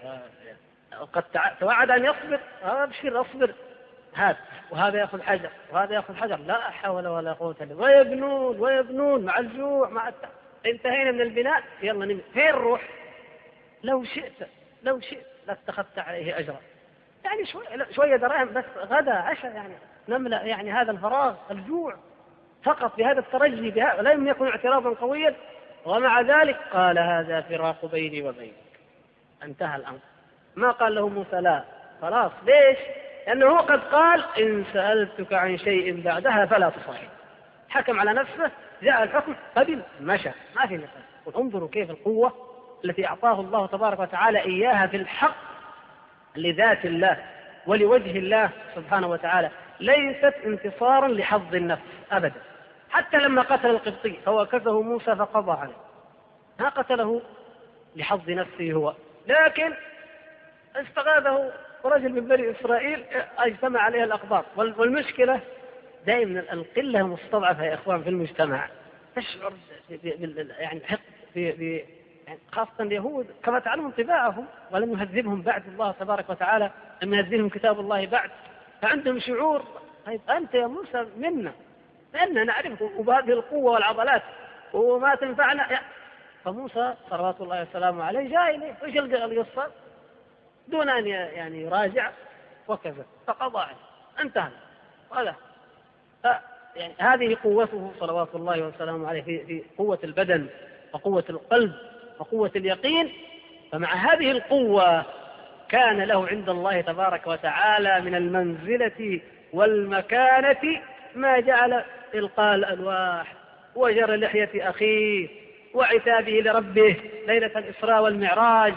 قد توعد أن يصبر، أبشر أصبر، هات وهذا يأخذ حجر وهذا يأخذ حجر، لا حول ولا قوة إلا بالله، ويبنون ويبنون مع الجوع مع التعب. انتهينا من البناء يلا نمت. فين نروح؟ لو شئت لو شئت لاتخذت عليه أجرا، يعني شوية شوية دراهم بس غدا عشاء، يعني نملأ يعني هذا الفراغ الجوع فقط بهذا الترجي بها، لم يكن اعتراضا قويا. ومع ذلك قال هذا فراق بيني وبينك، انتهى الأمر. ما قال له موسى لا خلاص. ليش؟ لأنه قد قال إن سألتك عن شيء بعدها فلا تصاحب. حكم على نفسه، جاء الحكم قبل مشى، ما في مثال. انظروا كيف القوة التي أعطاه الله تبارك وتعالى إياها في الحق لذات الله ولوجه الله سبحانه وتعالى، ليست انتصارا لحظ النفس أبدا. حتى لما قتل القبطي فوكزه موسى فقضى عليه، ما قتله لحظ نفسه هو، لكن استغاثه رجل من بني إسرائيل اجتمع عليها الأقباط. والمشكلة دائما القلة المستضعفة يا إخوان في المجتمع تشعر يعني حق في يعني خاصة اليهود كما تعلمون طباعهم، ولم يهذبهم بعد الله تبارك وتعالى، لم يهذبهم كتاب الله بعد، فعندهم شعور طيب أنت يا موسى منا، لأننا نعرفك وبهذه القوة والعضلات وما تنفعنا. فموسى صلوات الله وسلامه عليه جاء إليه وش القصة دون أن يعني يراجع وكذا فقضى عليه انتهى. هذا يعني هذه قوته صلوات الله وسلامه عليه في قوة البدن وقوة القلب وقوة اليقين. فمع هذه القوة كان له عند الله تبارك وتعالى من المنزلة والمكانة ما جعل إلقاء الألواح وجر لحية أخيه وعتابه لربه ليلة الإسراء والمعراج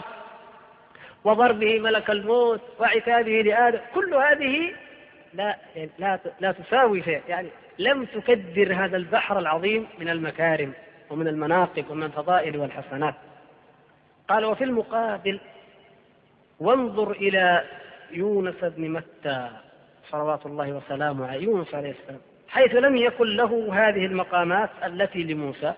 وضربه ملك الموت وعتابه لآدم، كل هذه لا لا لا تساوي شيء، يعني لم تكدر هذا البحر العظيم من المكارم ومن المناقب ومن الفضائل والحسنات. قال وفي المقابل وانظر إلى يونس بن متى صلوات الله وسلامه عليه، يونس عليه السلام حيث لم يكن له هذه المقامات التي لموسى،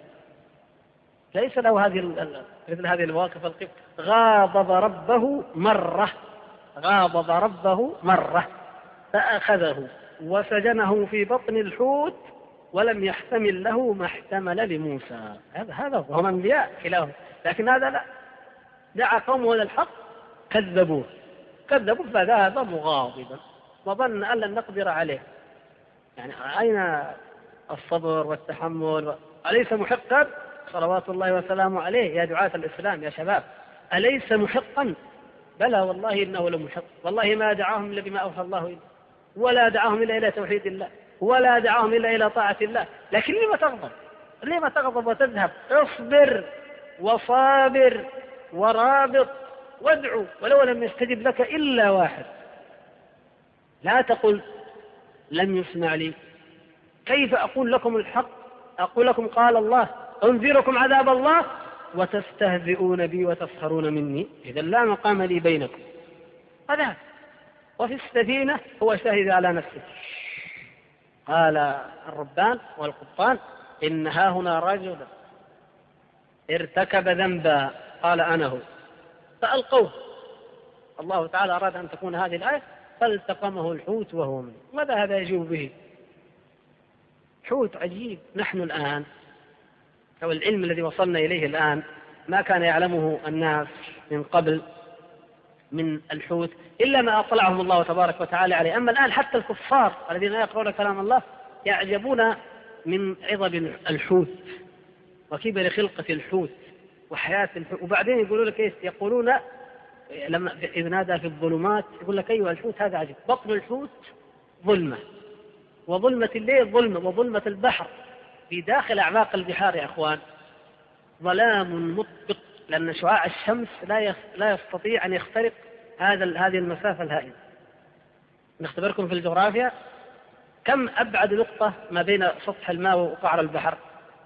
ليس له هذه مثل هذه المواقف القف، غاضب ربه مرة غاضب ربه مرة فأخذه وسجنه في بطن الحوت ولم يحتمل له ما احتمل لموسى. هذا هذا هم أنبياء كلاهم، لكن هذا لا، دعا قومه إلى الحق كذبوه كذبوه فذهب مغاضبا وظن أن لن نقدر عليه. يعني أين الصبر والتحمل؟ أليس محقا صلوات الله وسلامه عليه يا دعاة الإسلام يا شباب؟ أليس محقا؟ بلى والله إنه لمحق، والله ما دعاهم إلا بما أوحى الله إليه، ولا دعاهم إلا إلى توحيد الله، ولا دعاهم إلا إلى طاعة الله. لكن لما تغضب؟ لما تغضب وتذهب؟ اصبر وصابر ورابط وادعو ولو لم يستجب لك إلا واحد. لا تقل لم يسمع لي، كيف أقول لكم الحق؟ أقول لكم قال الله أنذركم عذاب الله وتستهزئون بي وتسخرون مني، إذا لا مقام لي بينكم. هذا وفي السفينة هو شهد على نفسه، قال الربان والقبطان إن ها هنا رجل ارتكب ذنبا قال أنا هو، فألقوه. الله تعالى أراد أن تكون هذه الآية فالتقمه الحوت وهو منه. ماذا هذا يجيب به؟ حوت عجيب. نحن الآن أو العلم الذي وصلنا إليه الآن ما كان يعلمه الناس من قبل من الحوت إلا ما أطلعهم الله تبارك وتعالى عليه. أما الآن حتى الكفار الذين يقرؤون كلام الله يعجبون من عظم الحوت وكبر خلقة الحوت وحياة الحوت. وبعدين يقولوا لك إيش؟ يقولون لما إذ نادى في الظلمات يقول لك أيها الحوت هذا عجيب. بطن الحوت ظلمة، وظلمة الليل ظلمة، وظلمة البحر في داخل أعماق البحار يا أخوان ظلام مطبق، لأن شعاع الشمس لا لا يستطيع أن يخترق هذا هذه المسافة الهائلة. نختبركم في الجغرافيا، كم أبعد نقطة ما بين سطح الماء وقعر البحر؟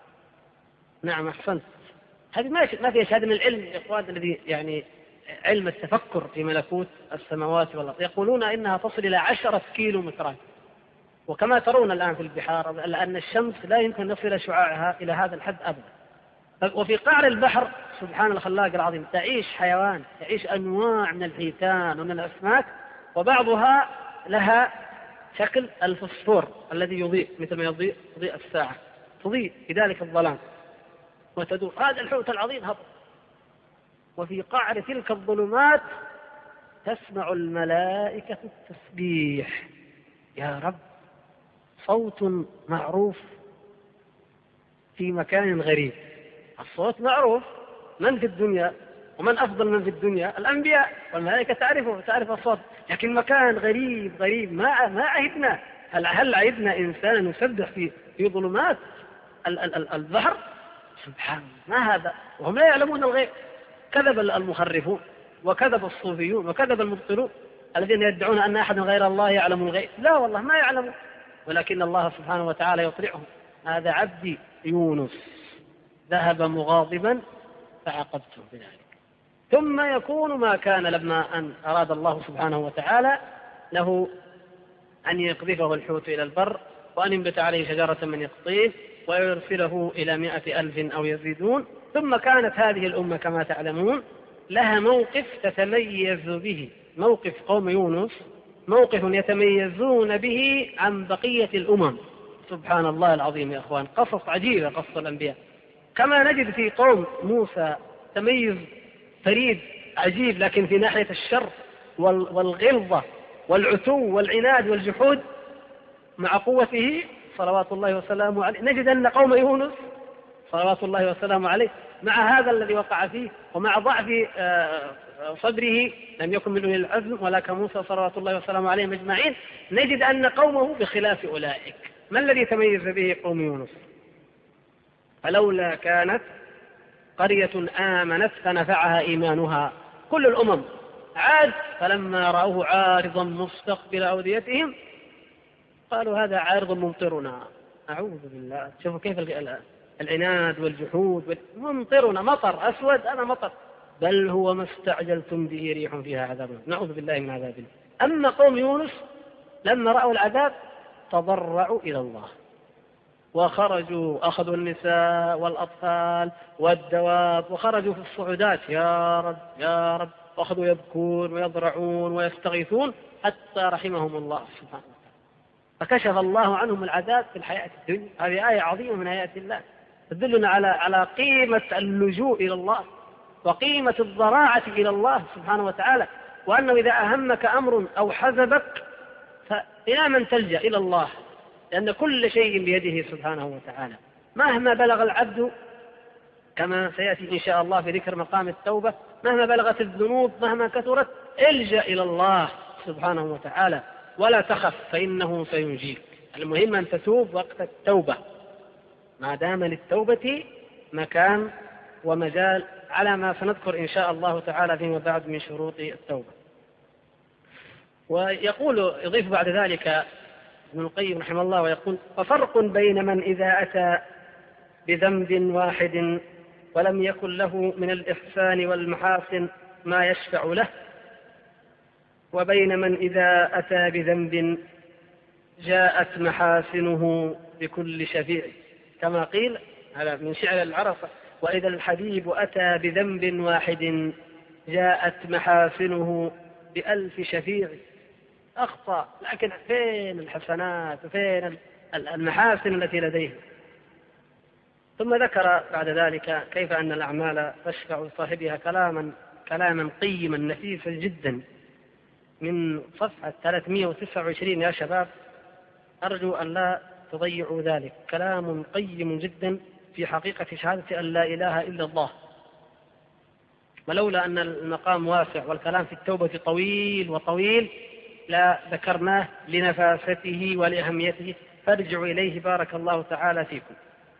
نعم أحسنت. هذه ما ما فيها شهادة من العلم يا إخوان الذي يعني علم التفكر في ملكوت السماوات والأرض، يقولون إنها تصل إلى عشرة كيلو مترات. وكما ترون الآن في البحار لأن الشمس لا يمكن أن يصل شعاعها إلى هذا الحد أبدا. وفي قعر البحر سبحان الخلاق العظيم تعيش حيوان، تعيش أنواع من الحيتان ومن الأسماك، وبعضها لها شكل الفسفور الذي يضيء مثل ما يضيء تضيء الساعة، تضيء في ذلك الظلام وتدور. هذا الحوت العظيم هبط، وفي قعر تلك الظلمات تسمع الملائكة التسبيح يا رب، صوت معروف في مكان غريب. الصوت معروف، من في الدنيا ومن أفضل من في الدنيا؟ الأنبياء والملائكة تعرفه تعرف الصوت، لكن مكان غريب غريب ما ما عهدنا. هل هل عهدنا إنسانا يسبح في في ظلمات ال ال ال البحر؟ سبحان الله، ما هذا؟ وهم لا يعلمون الغيب. كذب المخرفون وكذب الصوفيون وكذب المبطلون الذين يدعون أن أحد غير الله يعلم الغيب. لا والله ما يعلمون، ولكن الله سبحانه وتعالى يطلعهم. هذا عبدي يونس ذهب مغاضبا فعاقبتم بذلك. ثم يكون ما كان لما أن أراد الله سبحانه وتعالى له أن يقذفه الحوت إلى البر وأن ينبت عليه شجرة من يقطين ويرسله إلى مائة ألف أو يزيدون. ثم كانت هذه الأمة كما تعلمون لها موقف تتميز به، موقف قوم يونس موقف يتميزون به عن بقية الأمم. سبحان الله العظيم يا أخوان، قصص عجيبة قصة الأنبياء. كما نجد في قوم موسى تميز فريد عجيب، لكن في ناحية الشر والغلظة والعتو والعناد والجحود مع قوته صلوات الله وسلامه عليه، نجد أن قوم يونس صلوات الله وسلامه عليه مع هذا الذي وقع فيه ومع ضعف صدره لم يكن من أولي العزم ولا كموسى صلوات الله وسلامه عليهم أجمعين، نجد أن قومه بخلاف أولئك. ما الذي تميز به قوم يونس؟ فلولا كانت قرية آمنت فنفعها إيمانها. كل الأمم عاد فلما رأوه عارضا مستقبل أوديتهم قالوا هذا عارض ممطرنا. أعوذ بالله، شوفوا كيف العناد والجحود، ممطرنا مطر أسود، أنا مطر، بل هو ما استعجلتم به ريح فيها عذاب، نعوذ بالله من عذاب الله. أما قوم يونس لما رأوا العذاب تضرعوا إلى الله وخرجوا، أخذوا النساء والأطفال والدواب وخرجوا في الصعودات يا رب يا رب، وأخذوا يبكون ويضرعون ويستغيثون حتى رحمهم الله سبحانه وتعالى، فكشف الله عنهم العذاب في الحياة الدنيا. هذه آية عظيمة من آيات الله تدلنا على على قيمة اللجوء إلى الله وقيمة الضراعة إلى الله سبحانه وتعالى، وأنه إذا أهمك أمر أو حزبك فإلى من تلجأ؟ إلى الله، لأن كل شيء بيده سبحانه وتعالى. مهما بلغ العبد كما سيأتي إن شاء الله في ذكر مقام التوبة، مهما بلغت الذنوب مهما كثرت الجأ إلى الله سبحانه وتعالى ولا تخف فإنه سينجيك. المهم أن تتوب وقت التوبة، ما دام للتوبة مكان ومجال على ما سنذكر إن شاء الله تعالى فيما بعد من شروط التوبة. ويقول يضيف بعد ذلك ابن القيم رحمه الله ويقول: ففرق بين من إذا أتى بذنب واحد ولم يكن له من الإحسان والمحاسن ما يشفع له، وبين من إذا أتى بذنب جاءت محاسنه بكل شفيع، كما قيل هذا من شعر العرفة: وإذا الحبيب أتى بذنب واحد جاءت محاسنه بألف شفيع. أخطأ، لكن فين الحسنات وفين المحاسن التي لديه؟ ثم ذكر بعد ذلك كيف أن الأعمال تشفع لصاحبها كلاما كلاما قيما نفيسا جدا من صفحة ثلاثمائة وتسعة وعشرين. يا شباب أرجو أن لا تضيعوا ذلك، كلام قيم جدا في حقيقة شهادة أن لا إله إلا الله. ولولا أن المقام واسع والكلام في التوبة طويل وطويل لا ذكرناه لنفاسته ولأهميته، فارجعوا إليه بارك الله تعالى فيكم.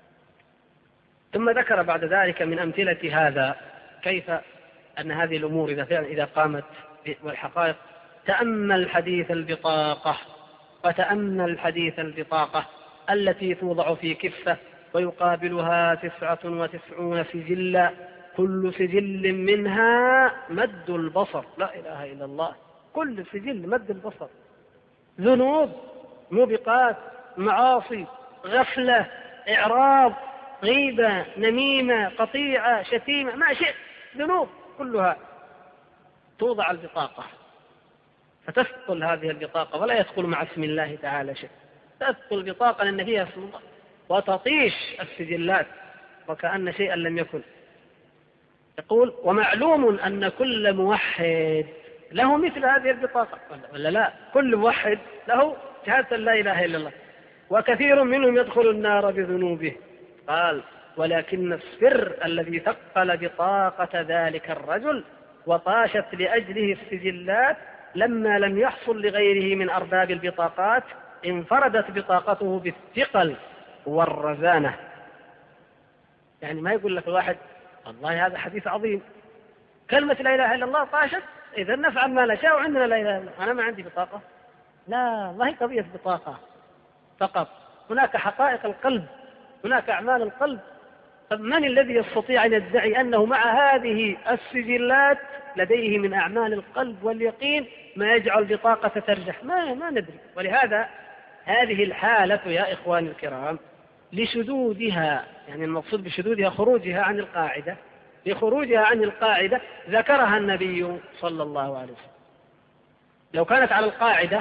ثم ذكر بعد ذلك من أمثلة هذا كيف أن هذه الأمور إذا فعلا إذا قامت والحقائق، تأمل حديث البطاقة وتأمل حديث البطاقة التي توضع في كفة ويقابلها تسعة وتسعون سجلا كل سجل منها مد البصر. لا إله إلا الله، كل سجل مد البصر، ذنوب، موبقات، معاصي، غفلة، إعراض، غيبة، نميمة، قطيعة، شتيمة، ما شئت، ذنوب كلها توضع البطاقة، فتثقل هذه البطاقة ولا يثقل مع اسم الله تعالى شيء، تثقل البطاقة لأن فيها اسم الله وتطيش السجلات وكأن شيئا لم يكن. يقول: ومعلوم أن كل موحد له مثل هذه البطاقة، ولا لا؟ كل موحد له شهادة لا إله إلا الله، وكثير منهم يدخل النار بذنوبه. قال: ولكن السر الذي ثقل بطاقة ذلك الرجل وطاشت لأجله السجلات لما لم يحصل لغيره من أرباب البطاقات انفردت بطاقته بالثقل والرزانة. يعني ما يقول لك الواحد والله هذا حديث عظيم، كلمة لا إله إلا الله طاشت، إذا نفعل ما نشاء وعندنا لا إله إلا الله، أنا ما عندي بطاقة. لا، ما هي قضية بطاقة فقط، هناك حقائق القلب، هناك أعمال القلب طب من الذي يستطيع أن يدعي أنه مع هذه السجلات لديه من أعمال القلب واليقين ما يجعل بطاقة ترجح؟ ما, ما ندري. ولهذا هذه الحالة يا إخواني الكرام لشذوذها، يعني المقصود بشذوذها خروجها عن القاعدة، لخروجها عن القاعدة ذكرها النبي صلى الله عليه وسلم. لو كانت على القاعدة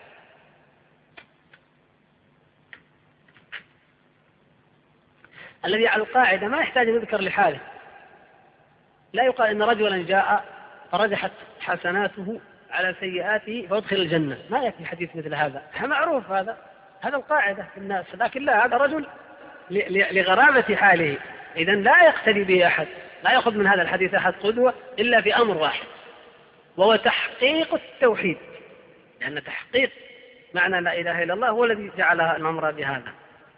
الذي على القاعدة ما يحتاج أن يذكر لحاله، لا يقال إن رجلا جاء فرجحت حسناته على سيئاته فادخل الجنة، ما يأتي حديث مثل هذا، معروف هذا، هذا القاعدة في الناس. لكن لا، هذا رجل لغرابة حاله، إذن لا يقتدي به أحد، لا يأخذ من هذا الحديث أحد قدوة إلا في أمر واحد، وهو تحقيق التوحيد، لأن تحقيق معنى لا إله إلا الله هو الذي جعل الأمر بهذا.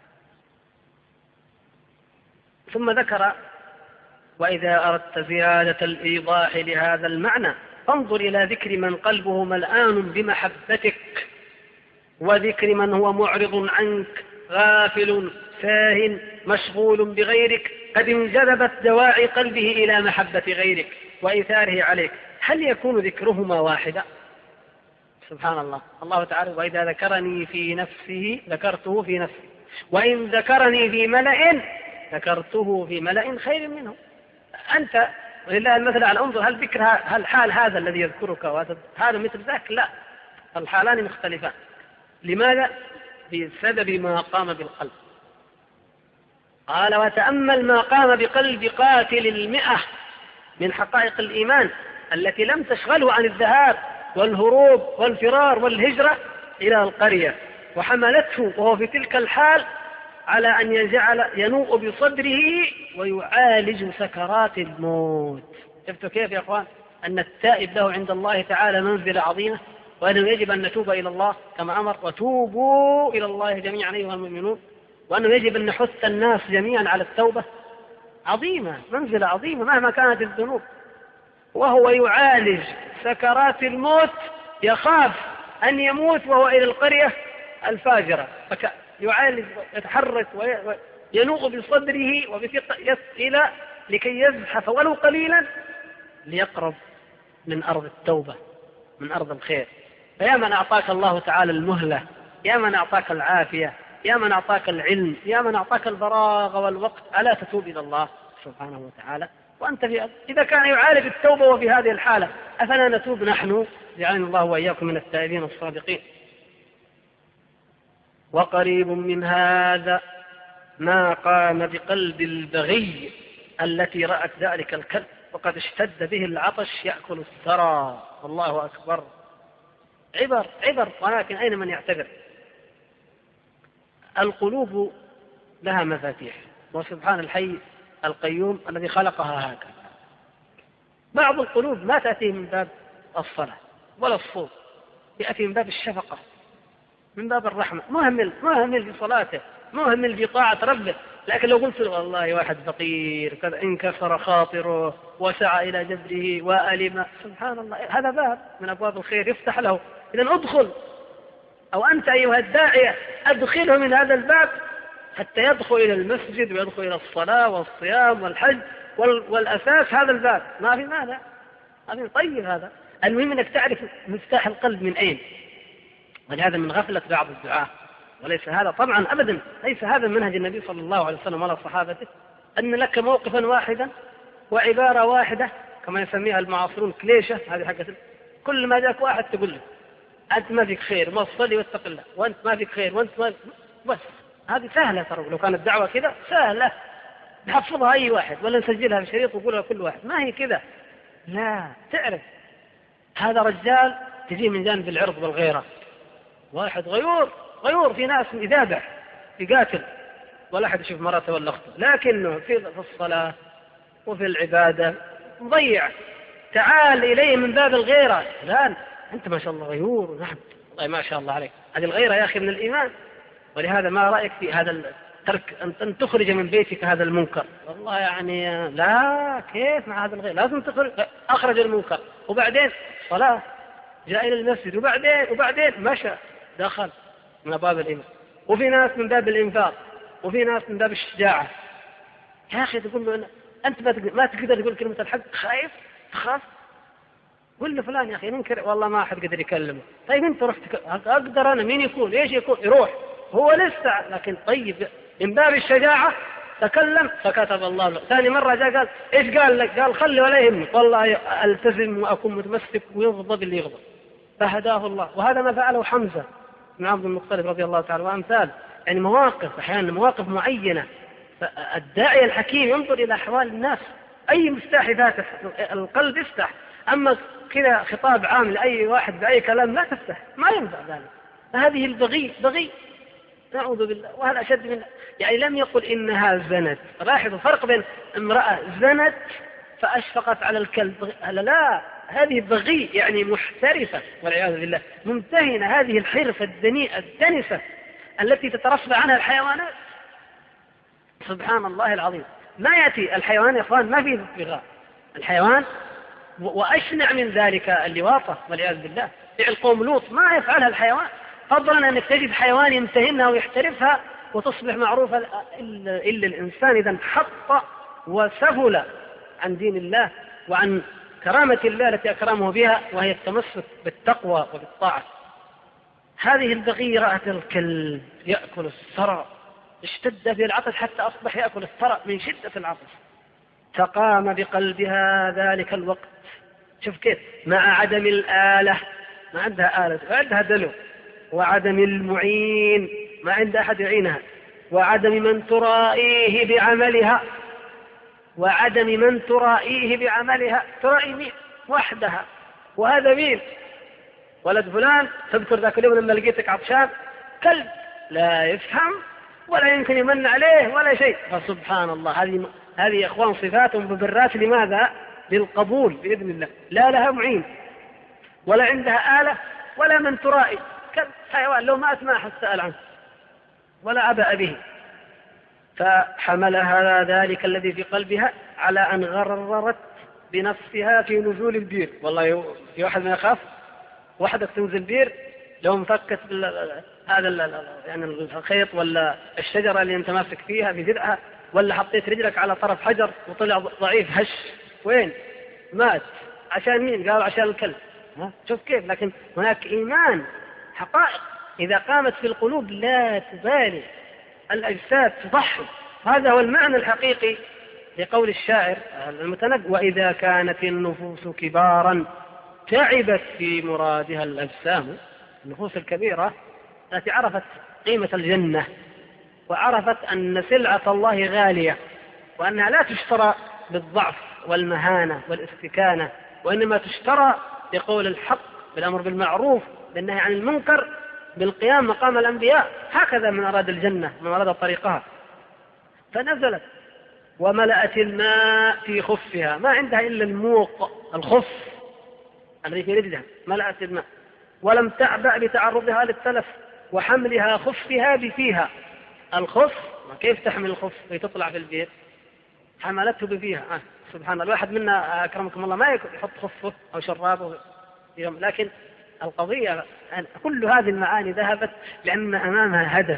ثم ذكر: وإذا أردت زيادة الإيضاح لهذا المعنى فانظر إلى ذكر من قلبه ملآن بمحبتك، وذكر من هو معرض عنك غافل ساه مشغول بغيرك قد انجذبت دواعي قلبه إلى محبة غيرك وإيثاره عليك، هل يكون ذكرهما واحدا؟ سبحان الله. الله تعالى: وإذا ذكرني في نفسه ذكرته في نفسي، وإن ذكرني في ملأ ذكرته في ملأ خير منه. أنت ولله المثل على، انظر هل ذكر هل حال هذا الذي يذكرك هذا مثل ذاك؟ لا، الحالان مختلفان. لماذا؟ بسبب ما قام بالقلب. قال: وتأمل ما قام بقلب قاتل المئة من حقائق الإيمان التي لم تشغله عن الذهاب والهروب والفرار والهجرة إلى القرية، وحملته وهو في تلك الحال على أن يجعل ينوء بصدره ويعالج سكرات الموت. شفتوا كيف يا أخوان أن التائب له عند الله تعالى منزلة عظيمة، وأنه يجب أن نتوب إلى الله كما أمر: وتوبوا إلى الله جميعا أيها المؤمنون، وأنه يجب أن نحث الناس جميعا على التوبة. عظيمة، منزلة عظيمة مهما كانت الذنوب. وهو يعالج سكرات الموت، يخاف أن يموت وهو إلى القرية الفاجرة، يعالج يتحرك وينوء بصدره وبثقة إلى لكي يزحف ولو قليلا ليقرب من أرض التوبة، من أرض الخير. فيا من أعطاك الله تعالى المهلة، يا من أعطاك العافية، يا من أعطاك العلم، يا من أعطاك الفراغ والوقت، ألا تتوب إلى الله سبحانه وتعالى وأنت في؟ إذا كان يعالج التوبة وفي هذه الحالة أفلا نتوب نحن؟ جعلنا الله وإياكم من التائبين الصادقين. وقريب من هذا ما قام بقلب البغي التي رأت ذلك الكلب وقد اشتد به العطش يأكل الثرى. الله أكبر. عبر عبر، ولكن أين من يعتبر؟ القلوب لها مفاتيح، وسبحان الحي القيوم الذي خلقها هكذا. بعض القلوب ما تأتي من باب الصلاة ولا الصوم، يأتي من باب الشفقة، من باب الرحمة، مهمل مهمل في صلاته، مهمل في طاعة ربه. لكن لو قلت له والله واحد فقير كذا انكسر خاطره وسعى إلى جبره وألم، سبحان الله، هذا باب من أبواب الخير يفتح له. إذن أدخل، أو أنت أيها الداعية أدخله من هذا الباب حتى يدخل إلى المسجد ويدخل إلى الصلاة والصيام والحج، والأساس هذا الباب. ما في ماذا، هذا طيب. هذا المهم أنك تعرف مفتاح القلب من أين. ولهذا من غفلة بعض الدعاة، وليس هذا طبعا أبدا، ليس هذا منهج النبي صلى الله عليه وسلم ولا صحابته، أن لك موقفا واحدا وعبارة واحدة كما يسميها المعاصرون كليشة، هذه حقة كل ما جاك واحد تقول له أنت ما فيك خير، ما تصلي واتق الله، وأنت ما فيك خير، وأنت ما بس. هذه سهلة ترى، لو كانت دعوة كذا سهلة نحفظها أي واحد ولا نسجلها في شريط وقولها كل واحد. ما هي كذا، لا، تعرف هذا رجال تجيه من جانب العرض والغيرة، واحد غيور غيور في ناس يذابح يقاتل ولا أحد يشوف مرته ولا أخته، لكنه في الصلاة وفي العبادة مضيع. تعال إليه من باب الغيرة، لا أنت ما شاء الله غيور، نعم والله ما شاء الله عليك، هذه الغيرة يا أخي من الإيمان. ولهذا ما رأيك في هذا الترك أن تخرج من بيتك هذا المنكر؟ والله يعني لا، كيف مع هذا الغير؟ لازم تخرج. أخرج المنكر وبعدين صلاة، جاء إلى المسجد وبعدين وبعدين مشى دخل من باب الإيمان. وفي ناس من باب الإنفاق، وفي ناس من باب الشجاعة، يا أخي تقول له أنت ما تقدر تقول كلمة الحق، خايف تخاف، قل له فلان يا أخي منكر، والله ما أحد قدر يكلمه. طيب أنت رحت أقدر أنا، مين يكون إيش يكون، يروح هو لسه، لكن طيب من باب الشجاعة تكلم فكتب الله له. ثاني مرة جاء قال إيش قال لك؟ قال خلي ولا يهمك، والله ألتزم وأكون متمسك ويغضب اللي يغضب، فهداه الله. وهذا ما فعله حمزة بن عبد المطلب رضي الله تعالى وأمثال، يعني مواقف أحيانا مواقف معينة. الداعي الحكيم ينظر إلى أحوال الناس، أي مفتاح فاتح القلب يفتح، أما كذا خطاب عام لأي واحد بأي كلام لا تفتح، ما ينفع ذلك. فهذه البغي بغي، نعوذ بالله. وهذا أشد من، يعني لم يقل إنها زنت. لاحظوا فرق بين امرأة زنت فأشفقت على الكلب، لا، هذه بغي يعني محترفة والعياذ بالله، ممتهنة، هذه الحرفة الدنيئة الدنسة التي تترفع عنها الحيوانات. سبحان الله العظيم، ما يأتي الحيوان يا إخوان ما فيه بغاء، الحيوان وأشنع من ذلك اللواطة والعياذ بالله، فعل قوم لوط ما يفعلها الحيوان، فضلا أنك تجد حيوان يمتهنها ويحترفها وتصبح معروفة. إلا الإنسان إذا انحط وسفل عن دين الله وعن كرامة الله التي أكرمه بها، وهي التمسك بالتقوى وبالطاعة. هذه البغي رأت الكلب يأكل الثرى، اشتد في العطش حتى أصبح يأكل الثرى من شدة العطش، فقام بقلبها ذلك الوقت. شوف كيف، مع عدم الآلة، ما عندها آلة، عندها دلو، وعدم المعين، ما عند أحد يعينها، وعدم من ترائيه بعملها، وعدم من ترائيه بعملها. ترائي مين؟ وحدها. وهذا مين؟ ولد فلان، تذكر ذاك اليوم لما لقيتك عطشان، كلب لا يفهم ولا يمكن يمن عليه ولا شيء. فسبحان الله، هذه هذه يا اخوان صفات مبررات لماذا؟ للقبول بإذن الله. لا لها معين ولا عندها آلة ولا من ترائي، كالحيوان لو مات ما أحد سأل عنه ولا عبأ به. فحملها ذلك الذي في قلبها على أن غررت بنفسها في نزول البير. والله في واحد ما يخاف وحدك تنزل بير، لو مفكت هذا يعني الخيط ولا الشجرة اللي انت ماسك فيها في جذعها، ولا حطيت رجلك على طرف حجر وطلع ضعيف هش، وين مات؟ عشان مين؟ قالوا عشان الكلب. شوف كيف. لكن هناك إيمان حقائق إذا قامت في القلوب لا تبالي، الأجساد تضحي. هذا هو المعنى الحقيقي لقول الشاعر المتنبي: وإذا كانت النفوس كبارا تعبت في مرادها الأجسام. النفوس الكبيرة التي عرفت قيمة الجنة وعرفت أن سلعة الله غالية، وأنها لا تشترى بالضعف والمهانة والاستكانة، وإنما تشترى بقول الحق، بالأمر بالمعروف، بالنهي عن المنكر، بالقيام مقام الأنبياء. هكذا من أراد الجنة، من أراد طريقها. فنزلت وملأت الماء في خفها، ما عندها إلا الموق الخف الذي في رجلها، ملأت الماء، ولم تعبأ بتعرضها للتلف وحملها خفها بفيها. الخف كيف تحمل الخف وتطلع في البيت؟ حملته بفيها. آه. سبحان الله، الواحد منا أكرمكم الله ما يحط خفه أو شرابه، لكن القضية كل هذه المعاني ذهبت لأن أمامها هدف.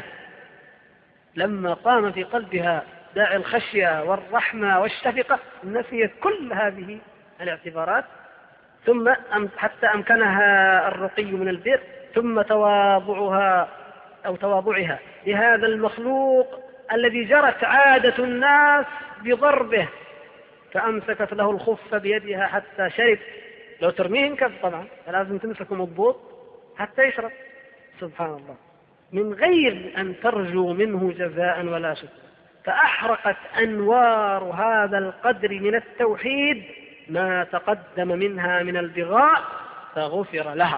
لما قام في قلبها داعي الخشية والرحمة والشفقة نسيت كل هذه الاعتبارات، ثم حتى أمكنها الرقي من البر، ثم تواضعها أو تواضعها لهذا المخلوق الذي جرت عادة الناس بضربه، فأمسكت له الخف بيدها حتى شرب. لو ترميه انكف طبعا، فلازم تمسكه مضبوط حتى يشرب. سبحان الله، من غير أن ترجو منه جزاء ولا شكر. فأحرقت أنوار هذا القدر من التوحيد ما تقدم منها من البغاء فغفر لها.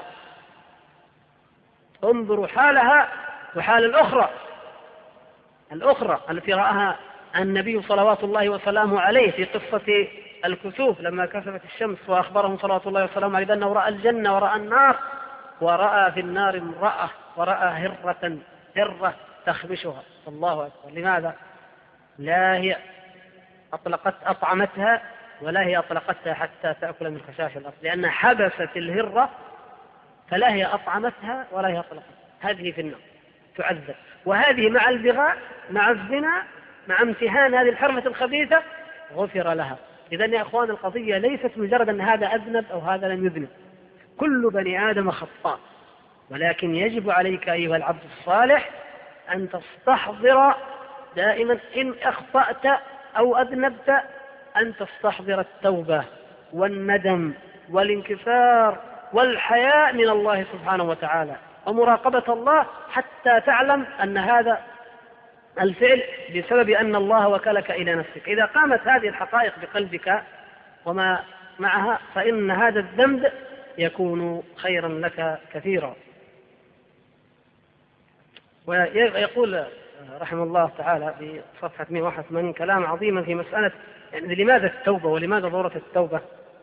انظروا حالها وحال الأخرى الأخرى التي رآها النبي صلوات الله وسلامه عليه في قصة الكسوف، لما كسفت الشمس وأخبرهم صلوات الله وسلامه عليه أنه رأى الجنة ورأى النار، ورأى في النار امرأة، ورأى هرة هرة تخبشها. الله أكبر. لماذا؟ لا هي أطلقت أطعمتها ولا هي أطلقتها حتى تأكل من خشاش الأرض، لأنها حبست الهرة، فلا هي أطعمتها ولا هي أطلقتها. هذه في النار تعذب. وهذه مع البغاء مع الزنا مع امتهان هذه الحرمة الخبيثة غفر لها. إذا يا أخوان القضية ليست مجرد أن هذا أذنب أو هذا لم يذنب، كل بني آدم خطاء، ولكن يجب عليك أيها العبد الصالح أن تستحضر دائما إن أخطأت أو أذنبت أن تستحضر التوبة والندم والانكسار والحياء من الله سبحانه وتعالى ومراقبة الله، حتى تعلم أن هذا الفعل بسبب أن الله وكلك إلى نفسك. إذا قامت هذه الحقائق بقلبك وما معها فإن هذا الذنب يكون خيرا لك كثيرا. ويقول رحمه الله تعالى في صفحة مئة وواحد وثمانين كلام عظيما في مسألة يعني لماذا التوبة ولماذا ضرورة التوبة،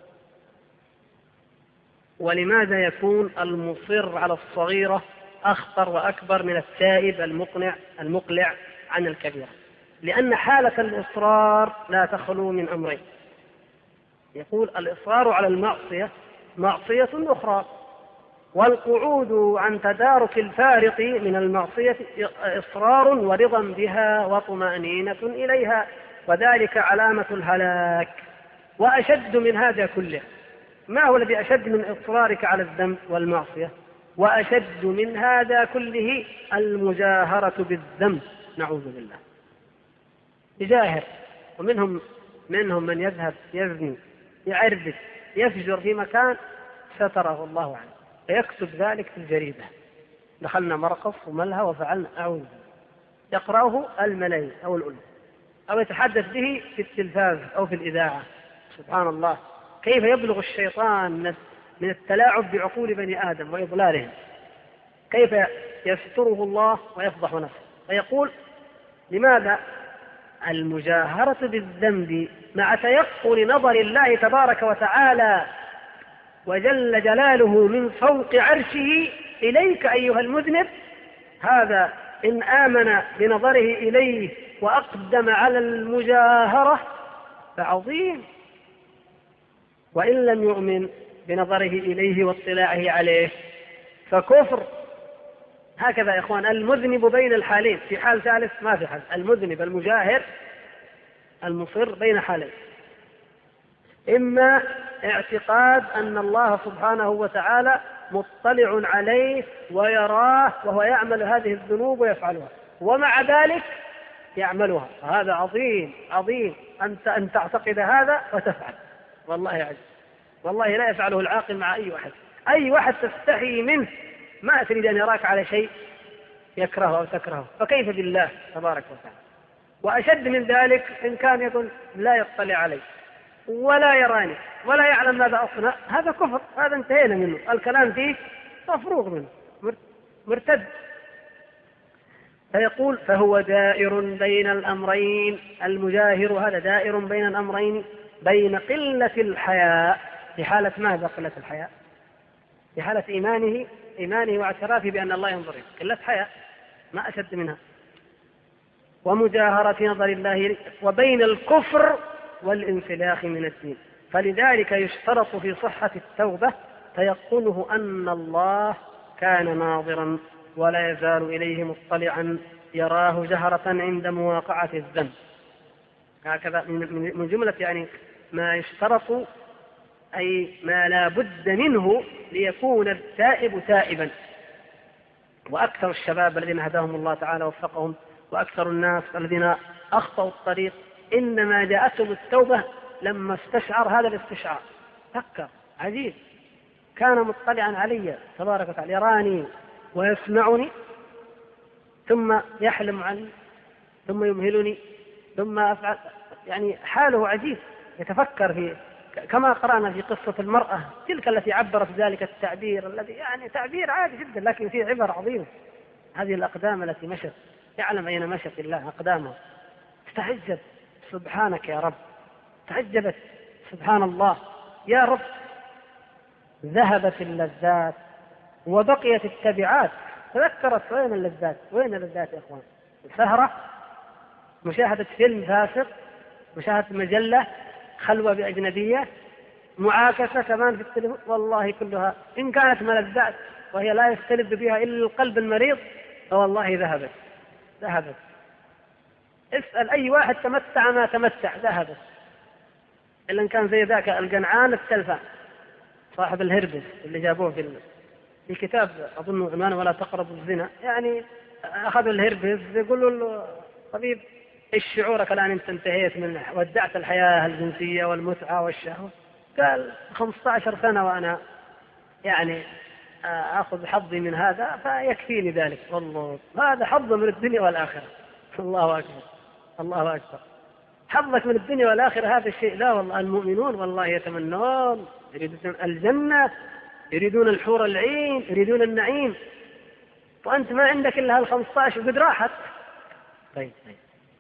ولماذا يكون المصر على الصغيرة أخطر وأكبر من التائب المقنع المقلع عن الكبيرة. لأن حالة الإصرار لا تخلو من أمرين. يقول الإصرار على المعصية معصية أخرى، والقعود عن تدارك الفارق من المعصية إصرار ورضا بها وطمأنينة إليها، وذلك علامة الهلاك. وأشد من هذا كله، ما هو الذي أشد من إصرارك على الذنب والمعصية؟ وأشد من هذا كله المجاهرة بالذنب، نعوذ بالله. يجاهر، ومنهم منهم من يذهب يزني يعربد يفجر في مكان ستره الله عنه فيكتب ذلك في الجريدة، دخلنا مرقص وملهى وفعلنا، أعوذ بالله، يقرأه الملايين أو الألوف، أو يتحدث به في التلفاز أو في الإذاعة. سبحان الله، كيف يبلغ الشيطان من التلاعب بعقول بني آدم وإضلالهم، كيف يستره الله ويفضح نفسه. فيقول لماذا المجاهرة بالذنب مع تيقن نظر الله تبارك وتعالى وجل جلاله من فوق عرشه إليك أيها المذنب، هذا إن آمن بنظره إليه وأقدم على المجاهرة فعظيم، وإن لم يؤمن بنظره إليه واطلاعه عليه فكفر. هكذا يا إخوان المذنب بين الحالين، في حال ثالث ما في حال. المذنب المجاهر المصر بين حالين، إما اعتقاد أن الله سبحانه وتعالى مطلع عليه ويراه وهو يعمل هذه الذنوب ويفعلها، ومع ذلك يعملها. هذا عظيم عظيم أنت أن تعتقد هذا وتفعل. والله عجيب، والله لا يفعله العاقل مع أي واحد. أي واحد تستحي منه ما تريد أن يراك على شيء يكرهه أو تكرهه، فكيف بالله تبارك وتعالى؟ وأشد من ذلك إن كان يقول لا يطلع علي ولا يراني ولا يعلم ماذا أصنع، هذا كفر، هذا انتهينا منه، الكلام فيه مفروغ منه، مرتد. فيقول فهو دائر بين الأمرين، المجاهر هذا دائر بين الأمرين، بين قلة الحياء، في حالة ماذا قلة الحياء؟ في حالة إيمانه إيمانه واعترافه بأن الله ينظر، قلة حياء ما أشد منها، ومجاهرة نظر الله، وبين الكفر والانسلاخ من الدين. فلذلك يشترط في صحة التوبة تيقنه أن الله كان ناظرا ولا يزال إليه مطلعا يراه جهرة عند مواقعة الذنب. هكذا من جملة يعني ما يشترط، أي ما لا بد منه ليكون التائب تائبا. وأكثر الشباب الذين هداهم الله تعالى وفقهم، وأكثر الناس الذين أخطأوا الطريق إنما جاءتهم التوبة لما استشعر هذا الاستشعار، فكر عجيب، كان مطلعا علي تبارك وتعالى، يراني ويسمعني، ثم يحلم عني، ثم يمهلني، ثم أفعل، يعني حاله عجيب. يتفكر في كما قرأنا في قصة المرأة تلك التي عبرت ذلك التعبير الذي يعني تعبير عادي جدا لكن فيه عبر عظيمة. هذه الأقدام التي مشت، يعلم أين مشت الله أقدامها، استعجب سبحانك يا رب، تعجبت سبحان الله يا رب، ذهبت اللذات وبقيت التبعات. تذكرت وين اللذات؟ وين اللذات يا إخوان؟ السهرة، مشاهدة فيلم فاسق، مشاهدة مجلة، خلوة بأجنبية، معاكسة كمان في التلفون، والله كلها إن كانت ملذات وهي لا يستلذ بها إلا القلب المريض فوالله ذهبت ذهبت اسأل أي واحد تمتع ما تمتع ذهب، إلا إن كان زي ذاك القنعان التلفان صاحب الهربس اللي جابوه في في كتاب أظن عنوانه ولا تقربوا الزنا، يعني أخذوا الهربس يقولوا له طبيب إيش شعورك الآن أنت انتهيت من ودعت الحياة الجنسية والمتعة والشهوة؟ قال خمسة عشر سنة وأنا يعني آخذ حظي من هذا فيكفيني ذلك. والله هذا حظ من الدنيا والآخرة. الله أكبر الله أكبر. حظك من الدنيا والآخرة هذا الشيء. لا والله المؤمنون والله يتمنون يريدون الجنة، يريدون الحور العين، يريدون النعيم، وأنت ما عندك إلا هالخمسة عشر وقد راحت. طيب طيب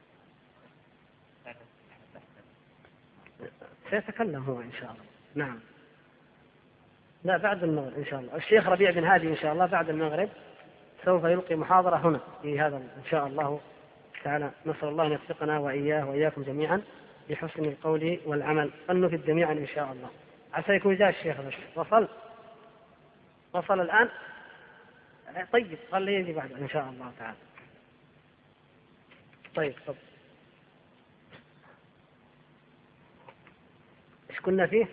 سيتكلم هو إن شاء الله. نعم لا بعد المغرب إن شاء الله. الشيخ ربيع بن هادي إن شاء الله بعد المغرب سوف يلقي محاضرة هنا في هذا إن شاء الله تعالى. نسأل الله أن يوفقنا وإياه وإياكم جميعا بحسن القول والعمل. فلنفد جميعا إن شاء الله. عسى يكون جاء الشيخ بس وصل وصل الآن. طيب خليه يجي بعد إن شاء الله تعالى. طيب طب إيش كنا فيه؟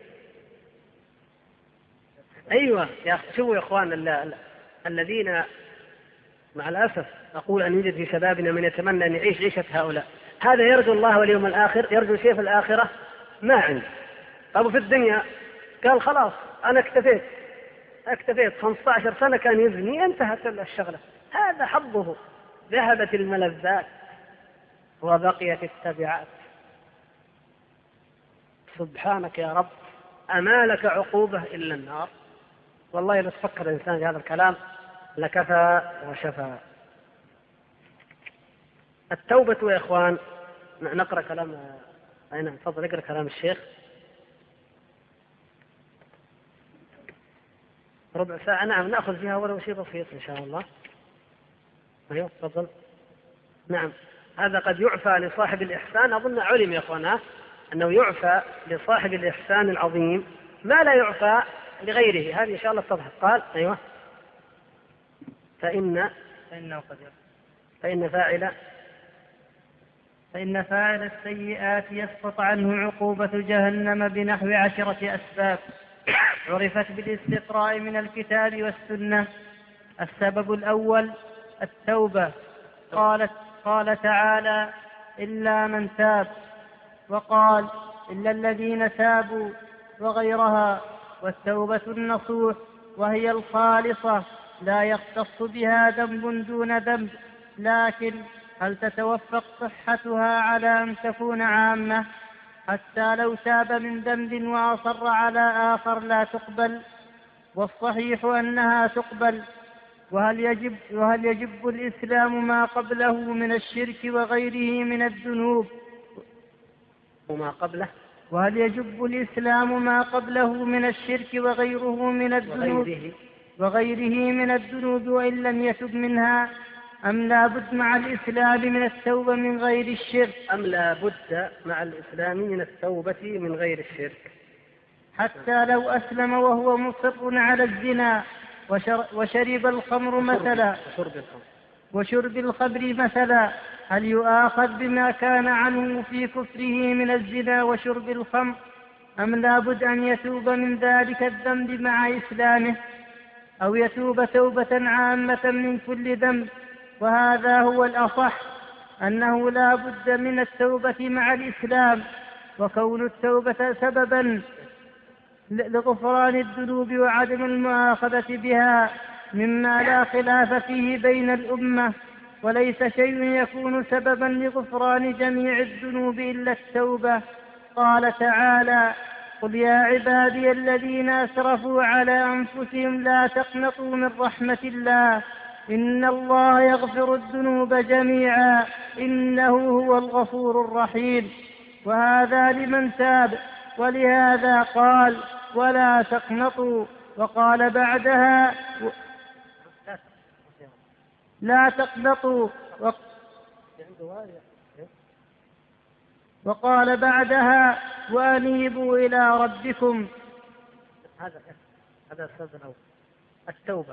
أيوة يا أخي شوفوا يا إخوان الذين مع الأسف أقول أن يوجد في شبابنا من يتمنى أن يعيش عيشة هؤلاء. هذا يرجو الله واليوم الآخر، يرجو شيء في الآخرة ما عنده. طب في الدنيا قال خلاص أنا اكتفيت اكتفيت خمسة عشر سنة كان يزني انتهت الشغلة. هذا حظه، ذهبت الملذات وبقيت التبعات. سبحانك يا رب أما لك عقوبة إلا النار. والله إذا تفكر الإنسان في هذا الكلام لكفى وشفى. التوبة يا إخوان. نقرأ كلام أي نعم تفضل اقرأ كلام الشيخ ربع ساعة. نعم نأخذ فيها ولو شيء بسيط إن شاء الله. أيوة تفضل. نعم هذا قد يعفى لصاحب الإحسان. أظن علم يا إخوانا أنه يعفى لصاحب الإحسان العظيم ما لا يعفى لغيره. هذه إن شاء الله تضحك. قال أيوة فإن فإنه قد يعفى فإن فاعل فإن فاعل السيئات يسقط عنه عقوبة جهنم بنحو عشرة أسباب عرفت بالاستقراء من الكتاب والسنة. السبب الأول التوبة. قالت قال تعالى إلا من تاب، وقال إلا الذين تابوا، وغيرها. والتوبة النصوح وهي الخالصة لا يختص بها ذنب دون ذنب، لكن هل تتوفق صحتها على أن تكون عامة؟ حتى لو تاب من ذنب وأصر على آخر لا تقبل، والصحيح أنها تقبل. وهل يجب, وهل يجب الإسلام ما قبله من الشرك وغيره من الذنوب وما قبله وهل يجب الإسلام ما قبله من الشرك وغيره من الذنوب وغيره, وغيره من الذنوب وإن لم يتب منها، أم لا بد مع الإسلام من التوبة من غير الشرك أم لا بد مع الإسلام من التوبة من غير الشرك؟ حتى لو أسلم وهو مصر على الزنا وشرب الخمر مثلا وشرب الخمر مثلا، هل يؤاخذ بما كان عنه في كفره من الزنا وشرب الخمر، أم لا بد أن يتوب من ذلك الذنب مع إسلامه، أو يتوب توبة عامة من كل ذنب؟ وهذا هو الأصح، أنه لا بد من التوبة مع الإسلام، وكون التوبة سببا لغفران الذنوب وعدم المؤاخذة بها مما لا خلاف فيه بين الأمة. وليس شيء يكون سببا لغفران جميع الذنوب إلا التوبة. قال تعالى: قل يا عبادي الذين أسرفوا على أنفسهم لا تقنطوا من رحمة الله إن الله يغفر الذنوب جميعا إنه هو الغفور الرحيم. وهذا لمن تاب، ولهذا قال: ولا تقنطوا. وقال بعدها: لا تقنطوا. وقال بعدها: وأنيبوا إلى ربكم. هذا هذا السبب الأول، التوبة.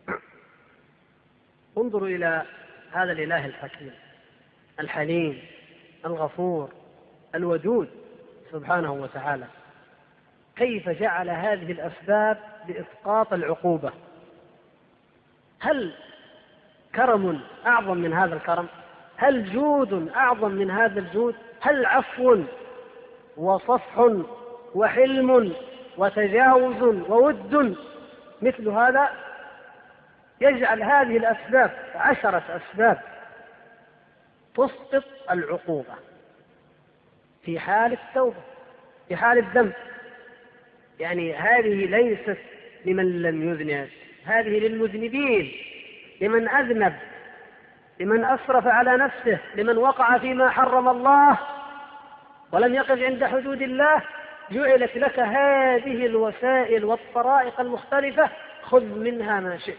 انظروا إلى هذا الإله الحكيم الحليم الغفور الودود سبحانه وتعالى. كيف جعل هذه الأسباب لإسقاط العقوبة؟ هل كرم أعظم من هذا الكرم؟ هل جود أعظم من هذا الجود؟ هل عفو وصفح وحلم وتجاوز وود مثل هذا؟ يجعل هذه الأسباب عشرة أسباب تسقط العقوبة في حال التوبة، في حال الذنب. يعني هذه ليست لمن لم يذنب، هذه للمذنبين، لمن أذنب، لمن أسرف على نفسه، لمن وقع فيما حرم الله ولم يقف عند حدود الله. جعلت لك هذه الوسائل والطرائق المختلفة، خذ منها ما شئت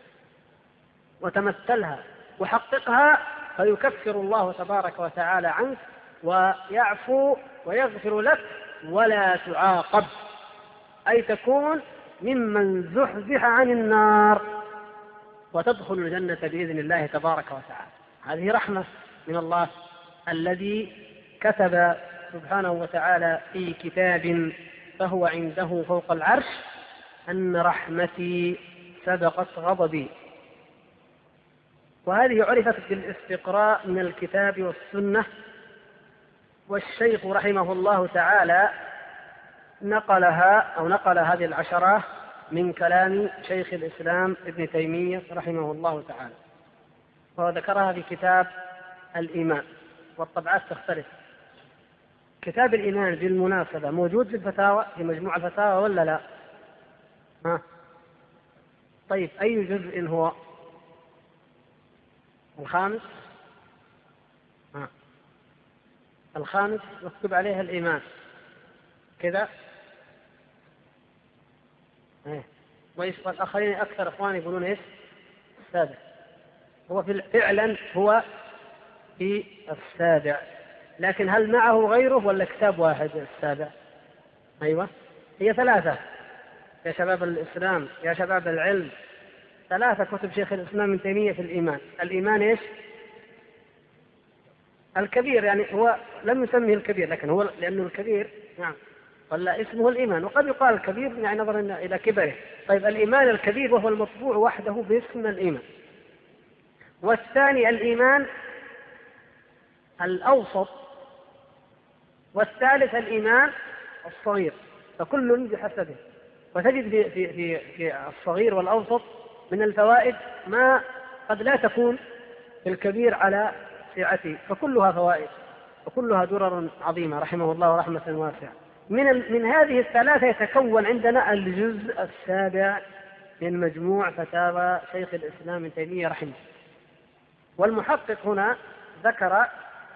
وتمثلها وحققها، فيكفر الله تبارك وتعالى عنك ويعفو ويغفر لك ولا تعاقب، أي تكون ممن زحزح عن النار وتدخل الجنة بإذن الله تبارك وتعالى. هذه رحمة من الله الذي كتب سبحانه وتعالى في كتاب فهو عنده فوق العرش أن رحمتي سبقت غضبي. وهذه عرفت بالاستقراء من الكتاب والسنة، والشيخ رحمه الله تعالى نقلها أو نقل هذه العشرة من كلام شيخ الإسلام ابن تيمية رحمه الله تعالى، وذكرها في كتاب الإيمان، والطبعات تختلف. كتاب الإيمان بالمناسبة موجود في الفتاوى، في مجموع الفتاوى ولا لا؟ ها؟ طيب أي جزء هو؟ الخامس؟ ها. الخامس مكتوب عليه الإيمان كذا. ايه. والآخرين أكثر إخواني يقولون إيش؟ السابع. هو في فعلا هو في السابع، لكن هل معه غيره ولا كتاب واحد السابع؟ أيوة، هي ثلاثة يا شباب الإسلام، يا شباب العلم، ثلاثة كتب شيخ الإسلام ابن تيمية في الإيمان. الإيمان إيش؟ الكبير، يعني هو لم يسميه الكبير، لكن هو لأنه الكبير نعم ولا اسمه الإيمان، وقد يقال الكبير يعني نظرا إلى كبره. طيب الإيمان الكبير وهو المطبوع وحده باسم الإيمان، والثاني الإيمان الأوسط، والثالث الإيمان الصغير، فكل بحسبه. وتجد في, في, في, في الصغير والأوسط من الفوائد ما قد لا تكون في الكبير على سعته، فكلها فوائد وكلها درر عظيمة رحمه الله رحمة واسعة. من, من هذه الثلاثة يتكون عندنا الجزء السابع من مجموع فتاوى شيخ الإسلام ابن تيمية رحمه. والمحقق هنا ذكر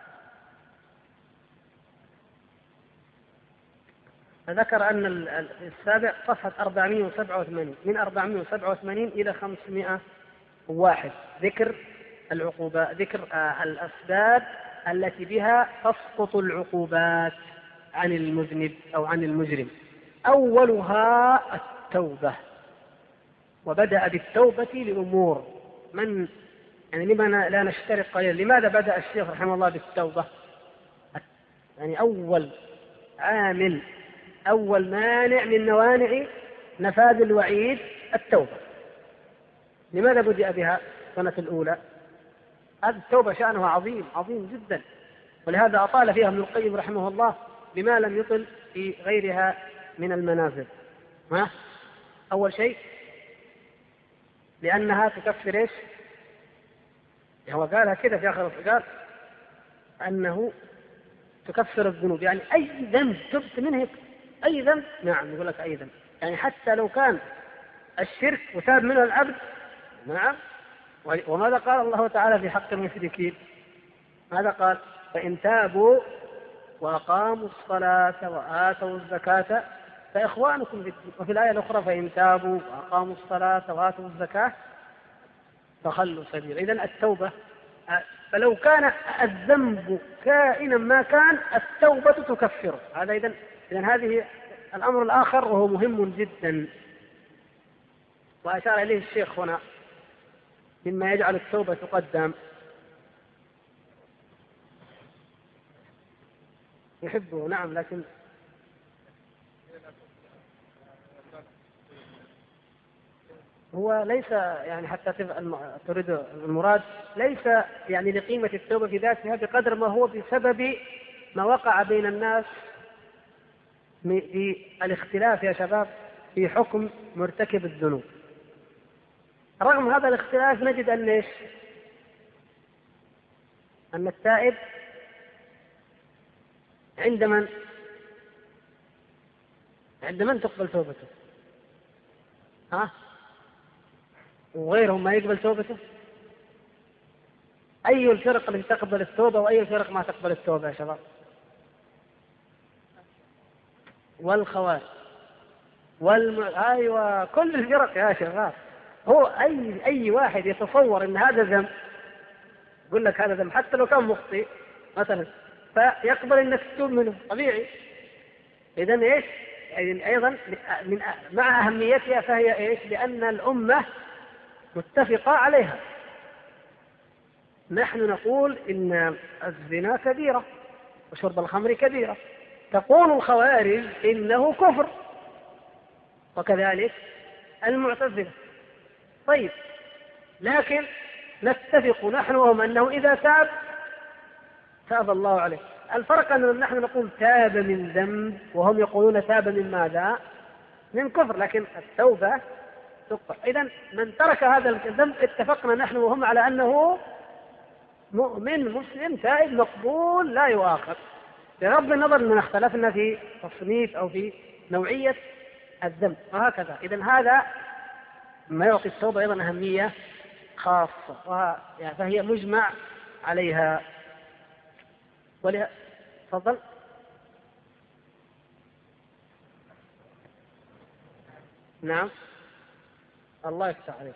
ذكر أن السابع صفحة أربعمائة وسبعة وثمانين، من أربعمائة وسبعة وثمانين إلى خمسمائة وواحد، ذكر العقوبة، ذكر الأسباب التي بها تسقط العقوبات عن المذنب أو عن المجرم. أولها التوبة، وبدأ بالتوبة لأمور من يعني لما لا نشترك قليلا. لماذا بدأ الشيخ رحمه الله بالتوبة؟ يعني أول عامل، أول مانع من موانع نفاذ الوعيد التوبة. لماذا بدأ بها السنة الأولى؟ هذه التوبة شأنها عظيم عظيم جدا، ولهذا أطال فيها ابن القيم رحمه الله بما لم يطل في غيرها من المنازل. ها؟ أول شيء لأنها تكفر إيش؟ هو قالها كده في آخر قال أنه تكفر الذنوب، يعني أي ذنب تبت منه، أي ذنب، نعم يقول لك أي ذنب، يعني حتى لو كان الشرك وتاب منه العبد، نعم. وماذا قال الله تعالى في حق المشركين؟ ماذا قال؟ فإن تابوا وأقاموا الصلاة وآتوا الزكاة فإخوانكم في الدين. وفي الآية الأخرى فإن تابوا وأقاموا الصلاة وآتوا الزكاة فخلوا سبيل. إذن التوبة، فلو كان الذنب كائنا ما كان التوبة تكفره. هذا إذن إذن هذه الأمر الآخر وهو مهم جدا، وأشار إليه الشيخ هنا مما يجعل التوبة تقدم. يحبه نعم، لكن هو ليس يعني حتى تريد المراد ليس يعني لقيمة التوبة في ذاتها بقدر ما هو بسبب ما وقع بين الناس في الاختلاف يا شباب في حكم مرتكب الذنوب. رغم هذا الاختلاف نجد أن إيش؟ أن التائب عند من؟ عند من تقبل توبته؟ ها؟ وغيرهم ما يقبل توبته؟ أي الفرق التي تقبل التوبة وأي الفرق ما تقبل التوبة يا شباب؟ والخوارج والم... أيوة كل الفرق يا شباب. هو أي أي واحد يتصور أن هذا ذنب، يقول لك هذا ذنب حتى لو كان مخطئ مثلا، فيقبل أنك تتوب منه طبيعي. إذن إيش؟ يعني أيضا من مع أهميتها فهي إيش؟ لأن الأمة متفقة عليها. نحن نقول إن الزنا كبيرة وشرب الخمر كبيرة، تقول الخوارج إنه كفر، وكذلك المعتزلة. طيب، لكن نتفق نحن وهم أنه إذا تاب تاب الله عليه. الفرق أننا نحن نقول تاب من ذنب وهم يقولون تاب من ماذا؟ من كفر، لكن التوبة تقبل. إذن من ترك هذا الذنب اتفقنا نحن وهم على أنه مؤمن مسلم تائب مقبول لا يؤاخذ، بغض النظر أننا اختلفنا في تصنيف أو في نوعية الذنب وهكذا. إذن هذا ما يعطي التوبة أيضا أهمية خاصة، فهي مجمع عليها. ولها تفضل. نعم الله يفتح عليك.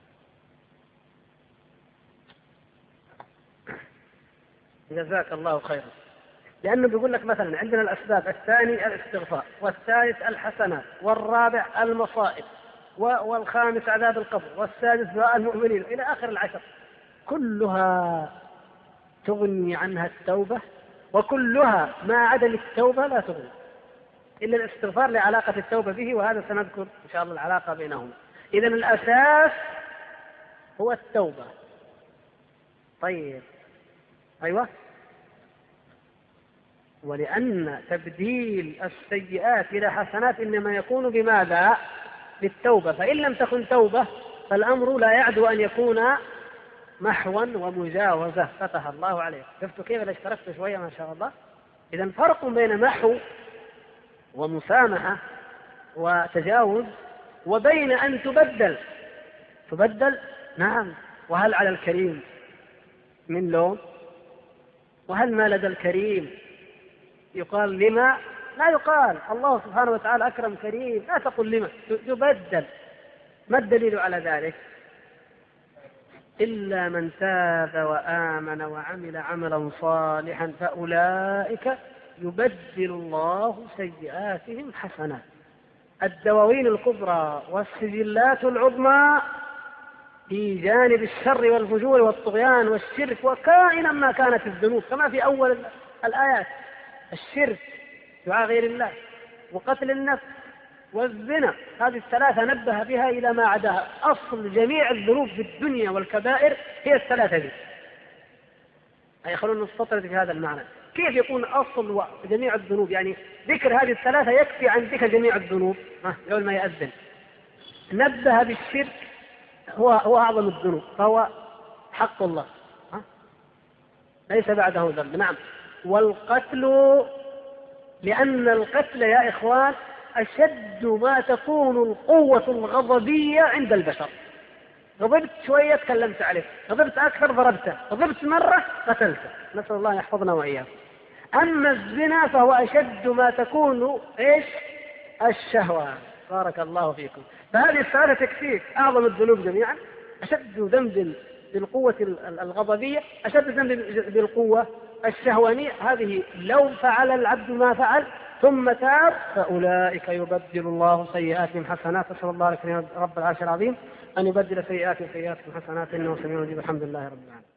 جزاك الله خيرا. لأنه بيقول لك مثلا عندنا الأسباب: الثاني الاستغفار، والثالث الحسنات، والرابع المصائب، والخامس عذاب القبر، والسادس دعاء المؤمنين، إلى آخر العشر. كلها تغني عنها التوبة، وكلها ما عدا التوبة لا تغني، إلا الاستغفار لعلاقة التوبة به، وهذا سنذكر إن شاء الله العلاقة بينهما. إذن الأساس هو التوبة. طيب أيوة. ولأن تبديل السيئات إلى حسنات إنما يكون بماذا؟ بالتوبة. فإن لم تكن توبة فالأمر لا يعدو أن يكون محوا ومجاوزة. فتح الله عليك. شفتوا كيف اشتركت شوية ما شاء الله. إذن فرق بين محو ومسامحة وتجاوز وبين أن تبدل. تبدل نعم. وهل على الكريم من لوم؟ وهل ما لدى الكريم يقال لما؟ لا يقال. الله سبحانه وتعالى أكرم كريم، لا تقل لما، تبدل. ما الدليل على ذلك؟ إلا من تاب وآمن وعمل عملا صالحا فأولئك يبدل الله سيئاتهم حسنات. الدواوين الكبرى والسجلات العظمى في جانب الشر والفجور والطغيان والشرك وكائنا ما كانت الذنوب، كما في أول الآيات: الشرك، دعاء غير الله، وقتل النفس، والزنا. هذه الثلاثة نبه بها إلى ما عداها. أصل جميع الذنوب في الدنيا والكبائر هي الثلاثة دي. أي خلونا نستطرد في هذا المعنى. كيف يكون أصل جميع الذنوب؟ يعني ذكر هذه الثلاثة يكفي عن ذكر جميع الذنوب. قبل ما يأذن نبه بالشرك، هو هو أعظم الذنوب، فهو حق الله، ها؟ ليس بعده ذنب. نعم. والقتل، لأن القتل يا إخوان أشد ما تكون القوة الغضبية عند البشر. غضبت شوية تكلمت عليه، غضبت أكثر ضربته، غضبت مرة قتلته. نسأل الله يحفظنا وإياكم. أما الزنا فهو أشد ما تكون إيش؟ الشهوة. بارك الله فيكم. فهذه الثلاثة تكفيك. أعظم الذنوب جميعا، أشد ذنب بالقوة الغضبية، أشد ذنب بالقوة الشهوانية. هذه لو فعل العبد ما فعل ثم تاب فأولئك يبدل الله سيئاتهم حسنات. أسأل الله الكريم رب العرش العظيم أن يبدل سيئاتهم سيئاتهم حسنات، إنه سميع مجيب. الحمد لله رب العالمين.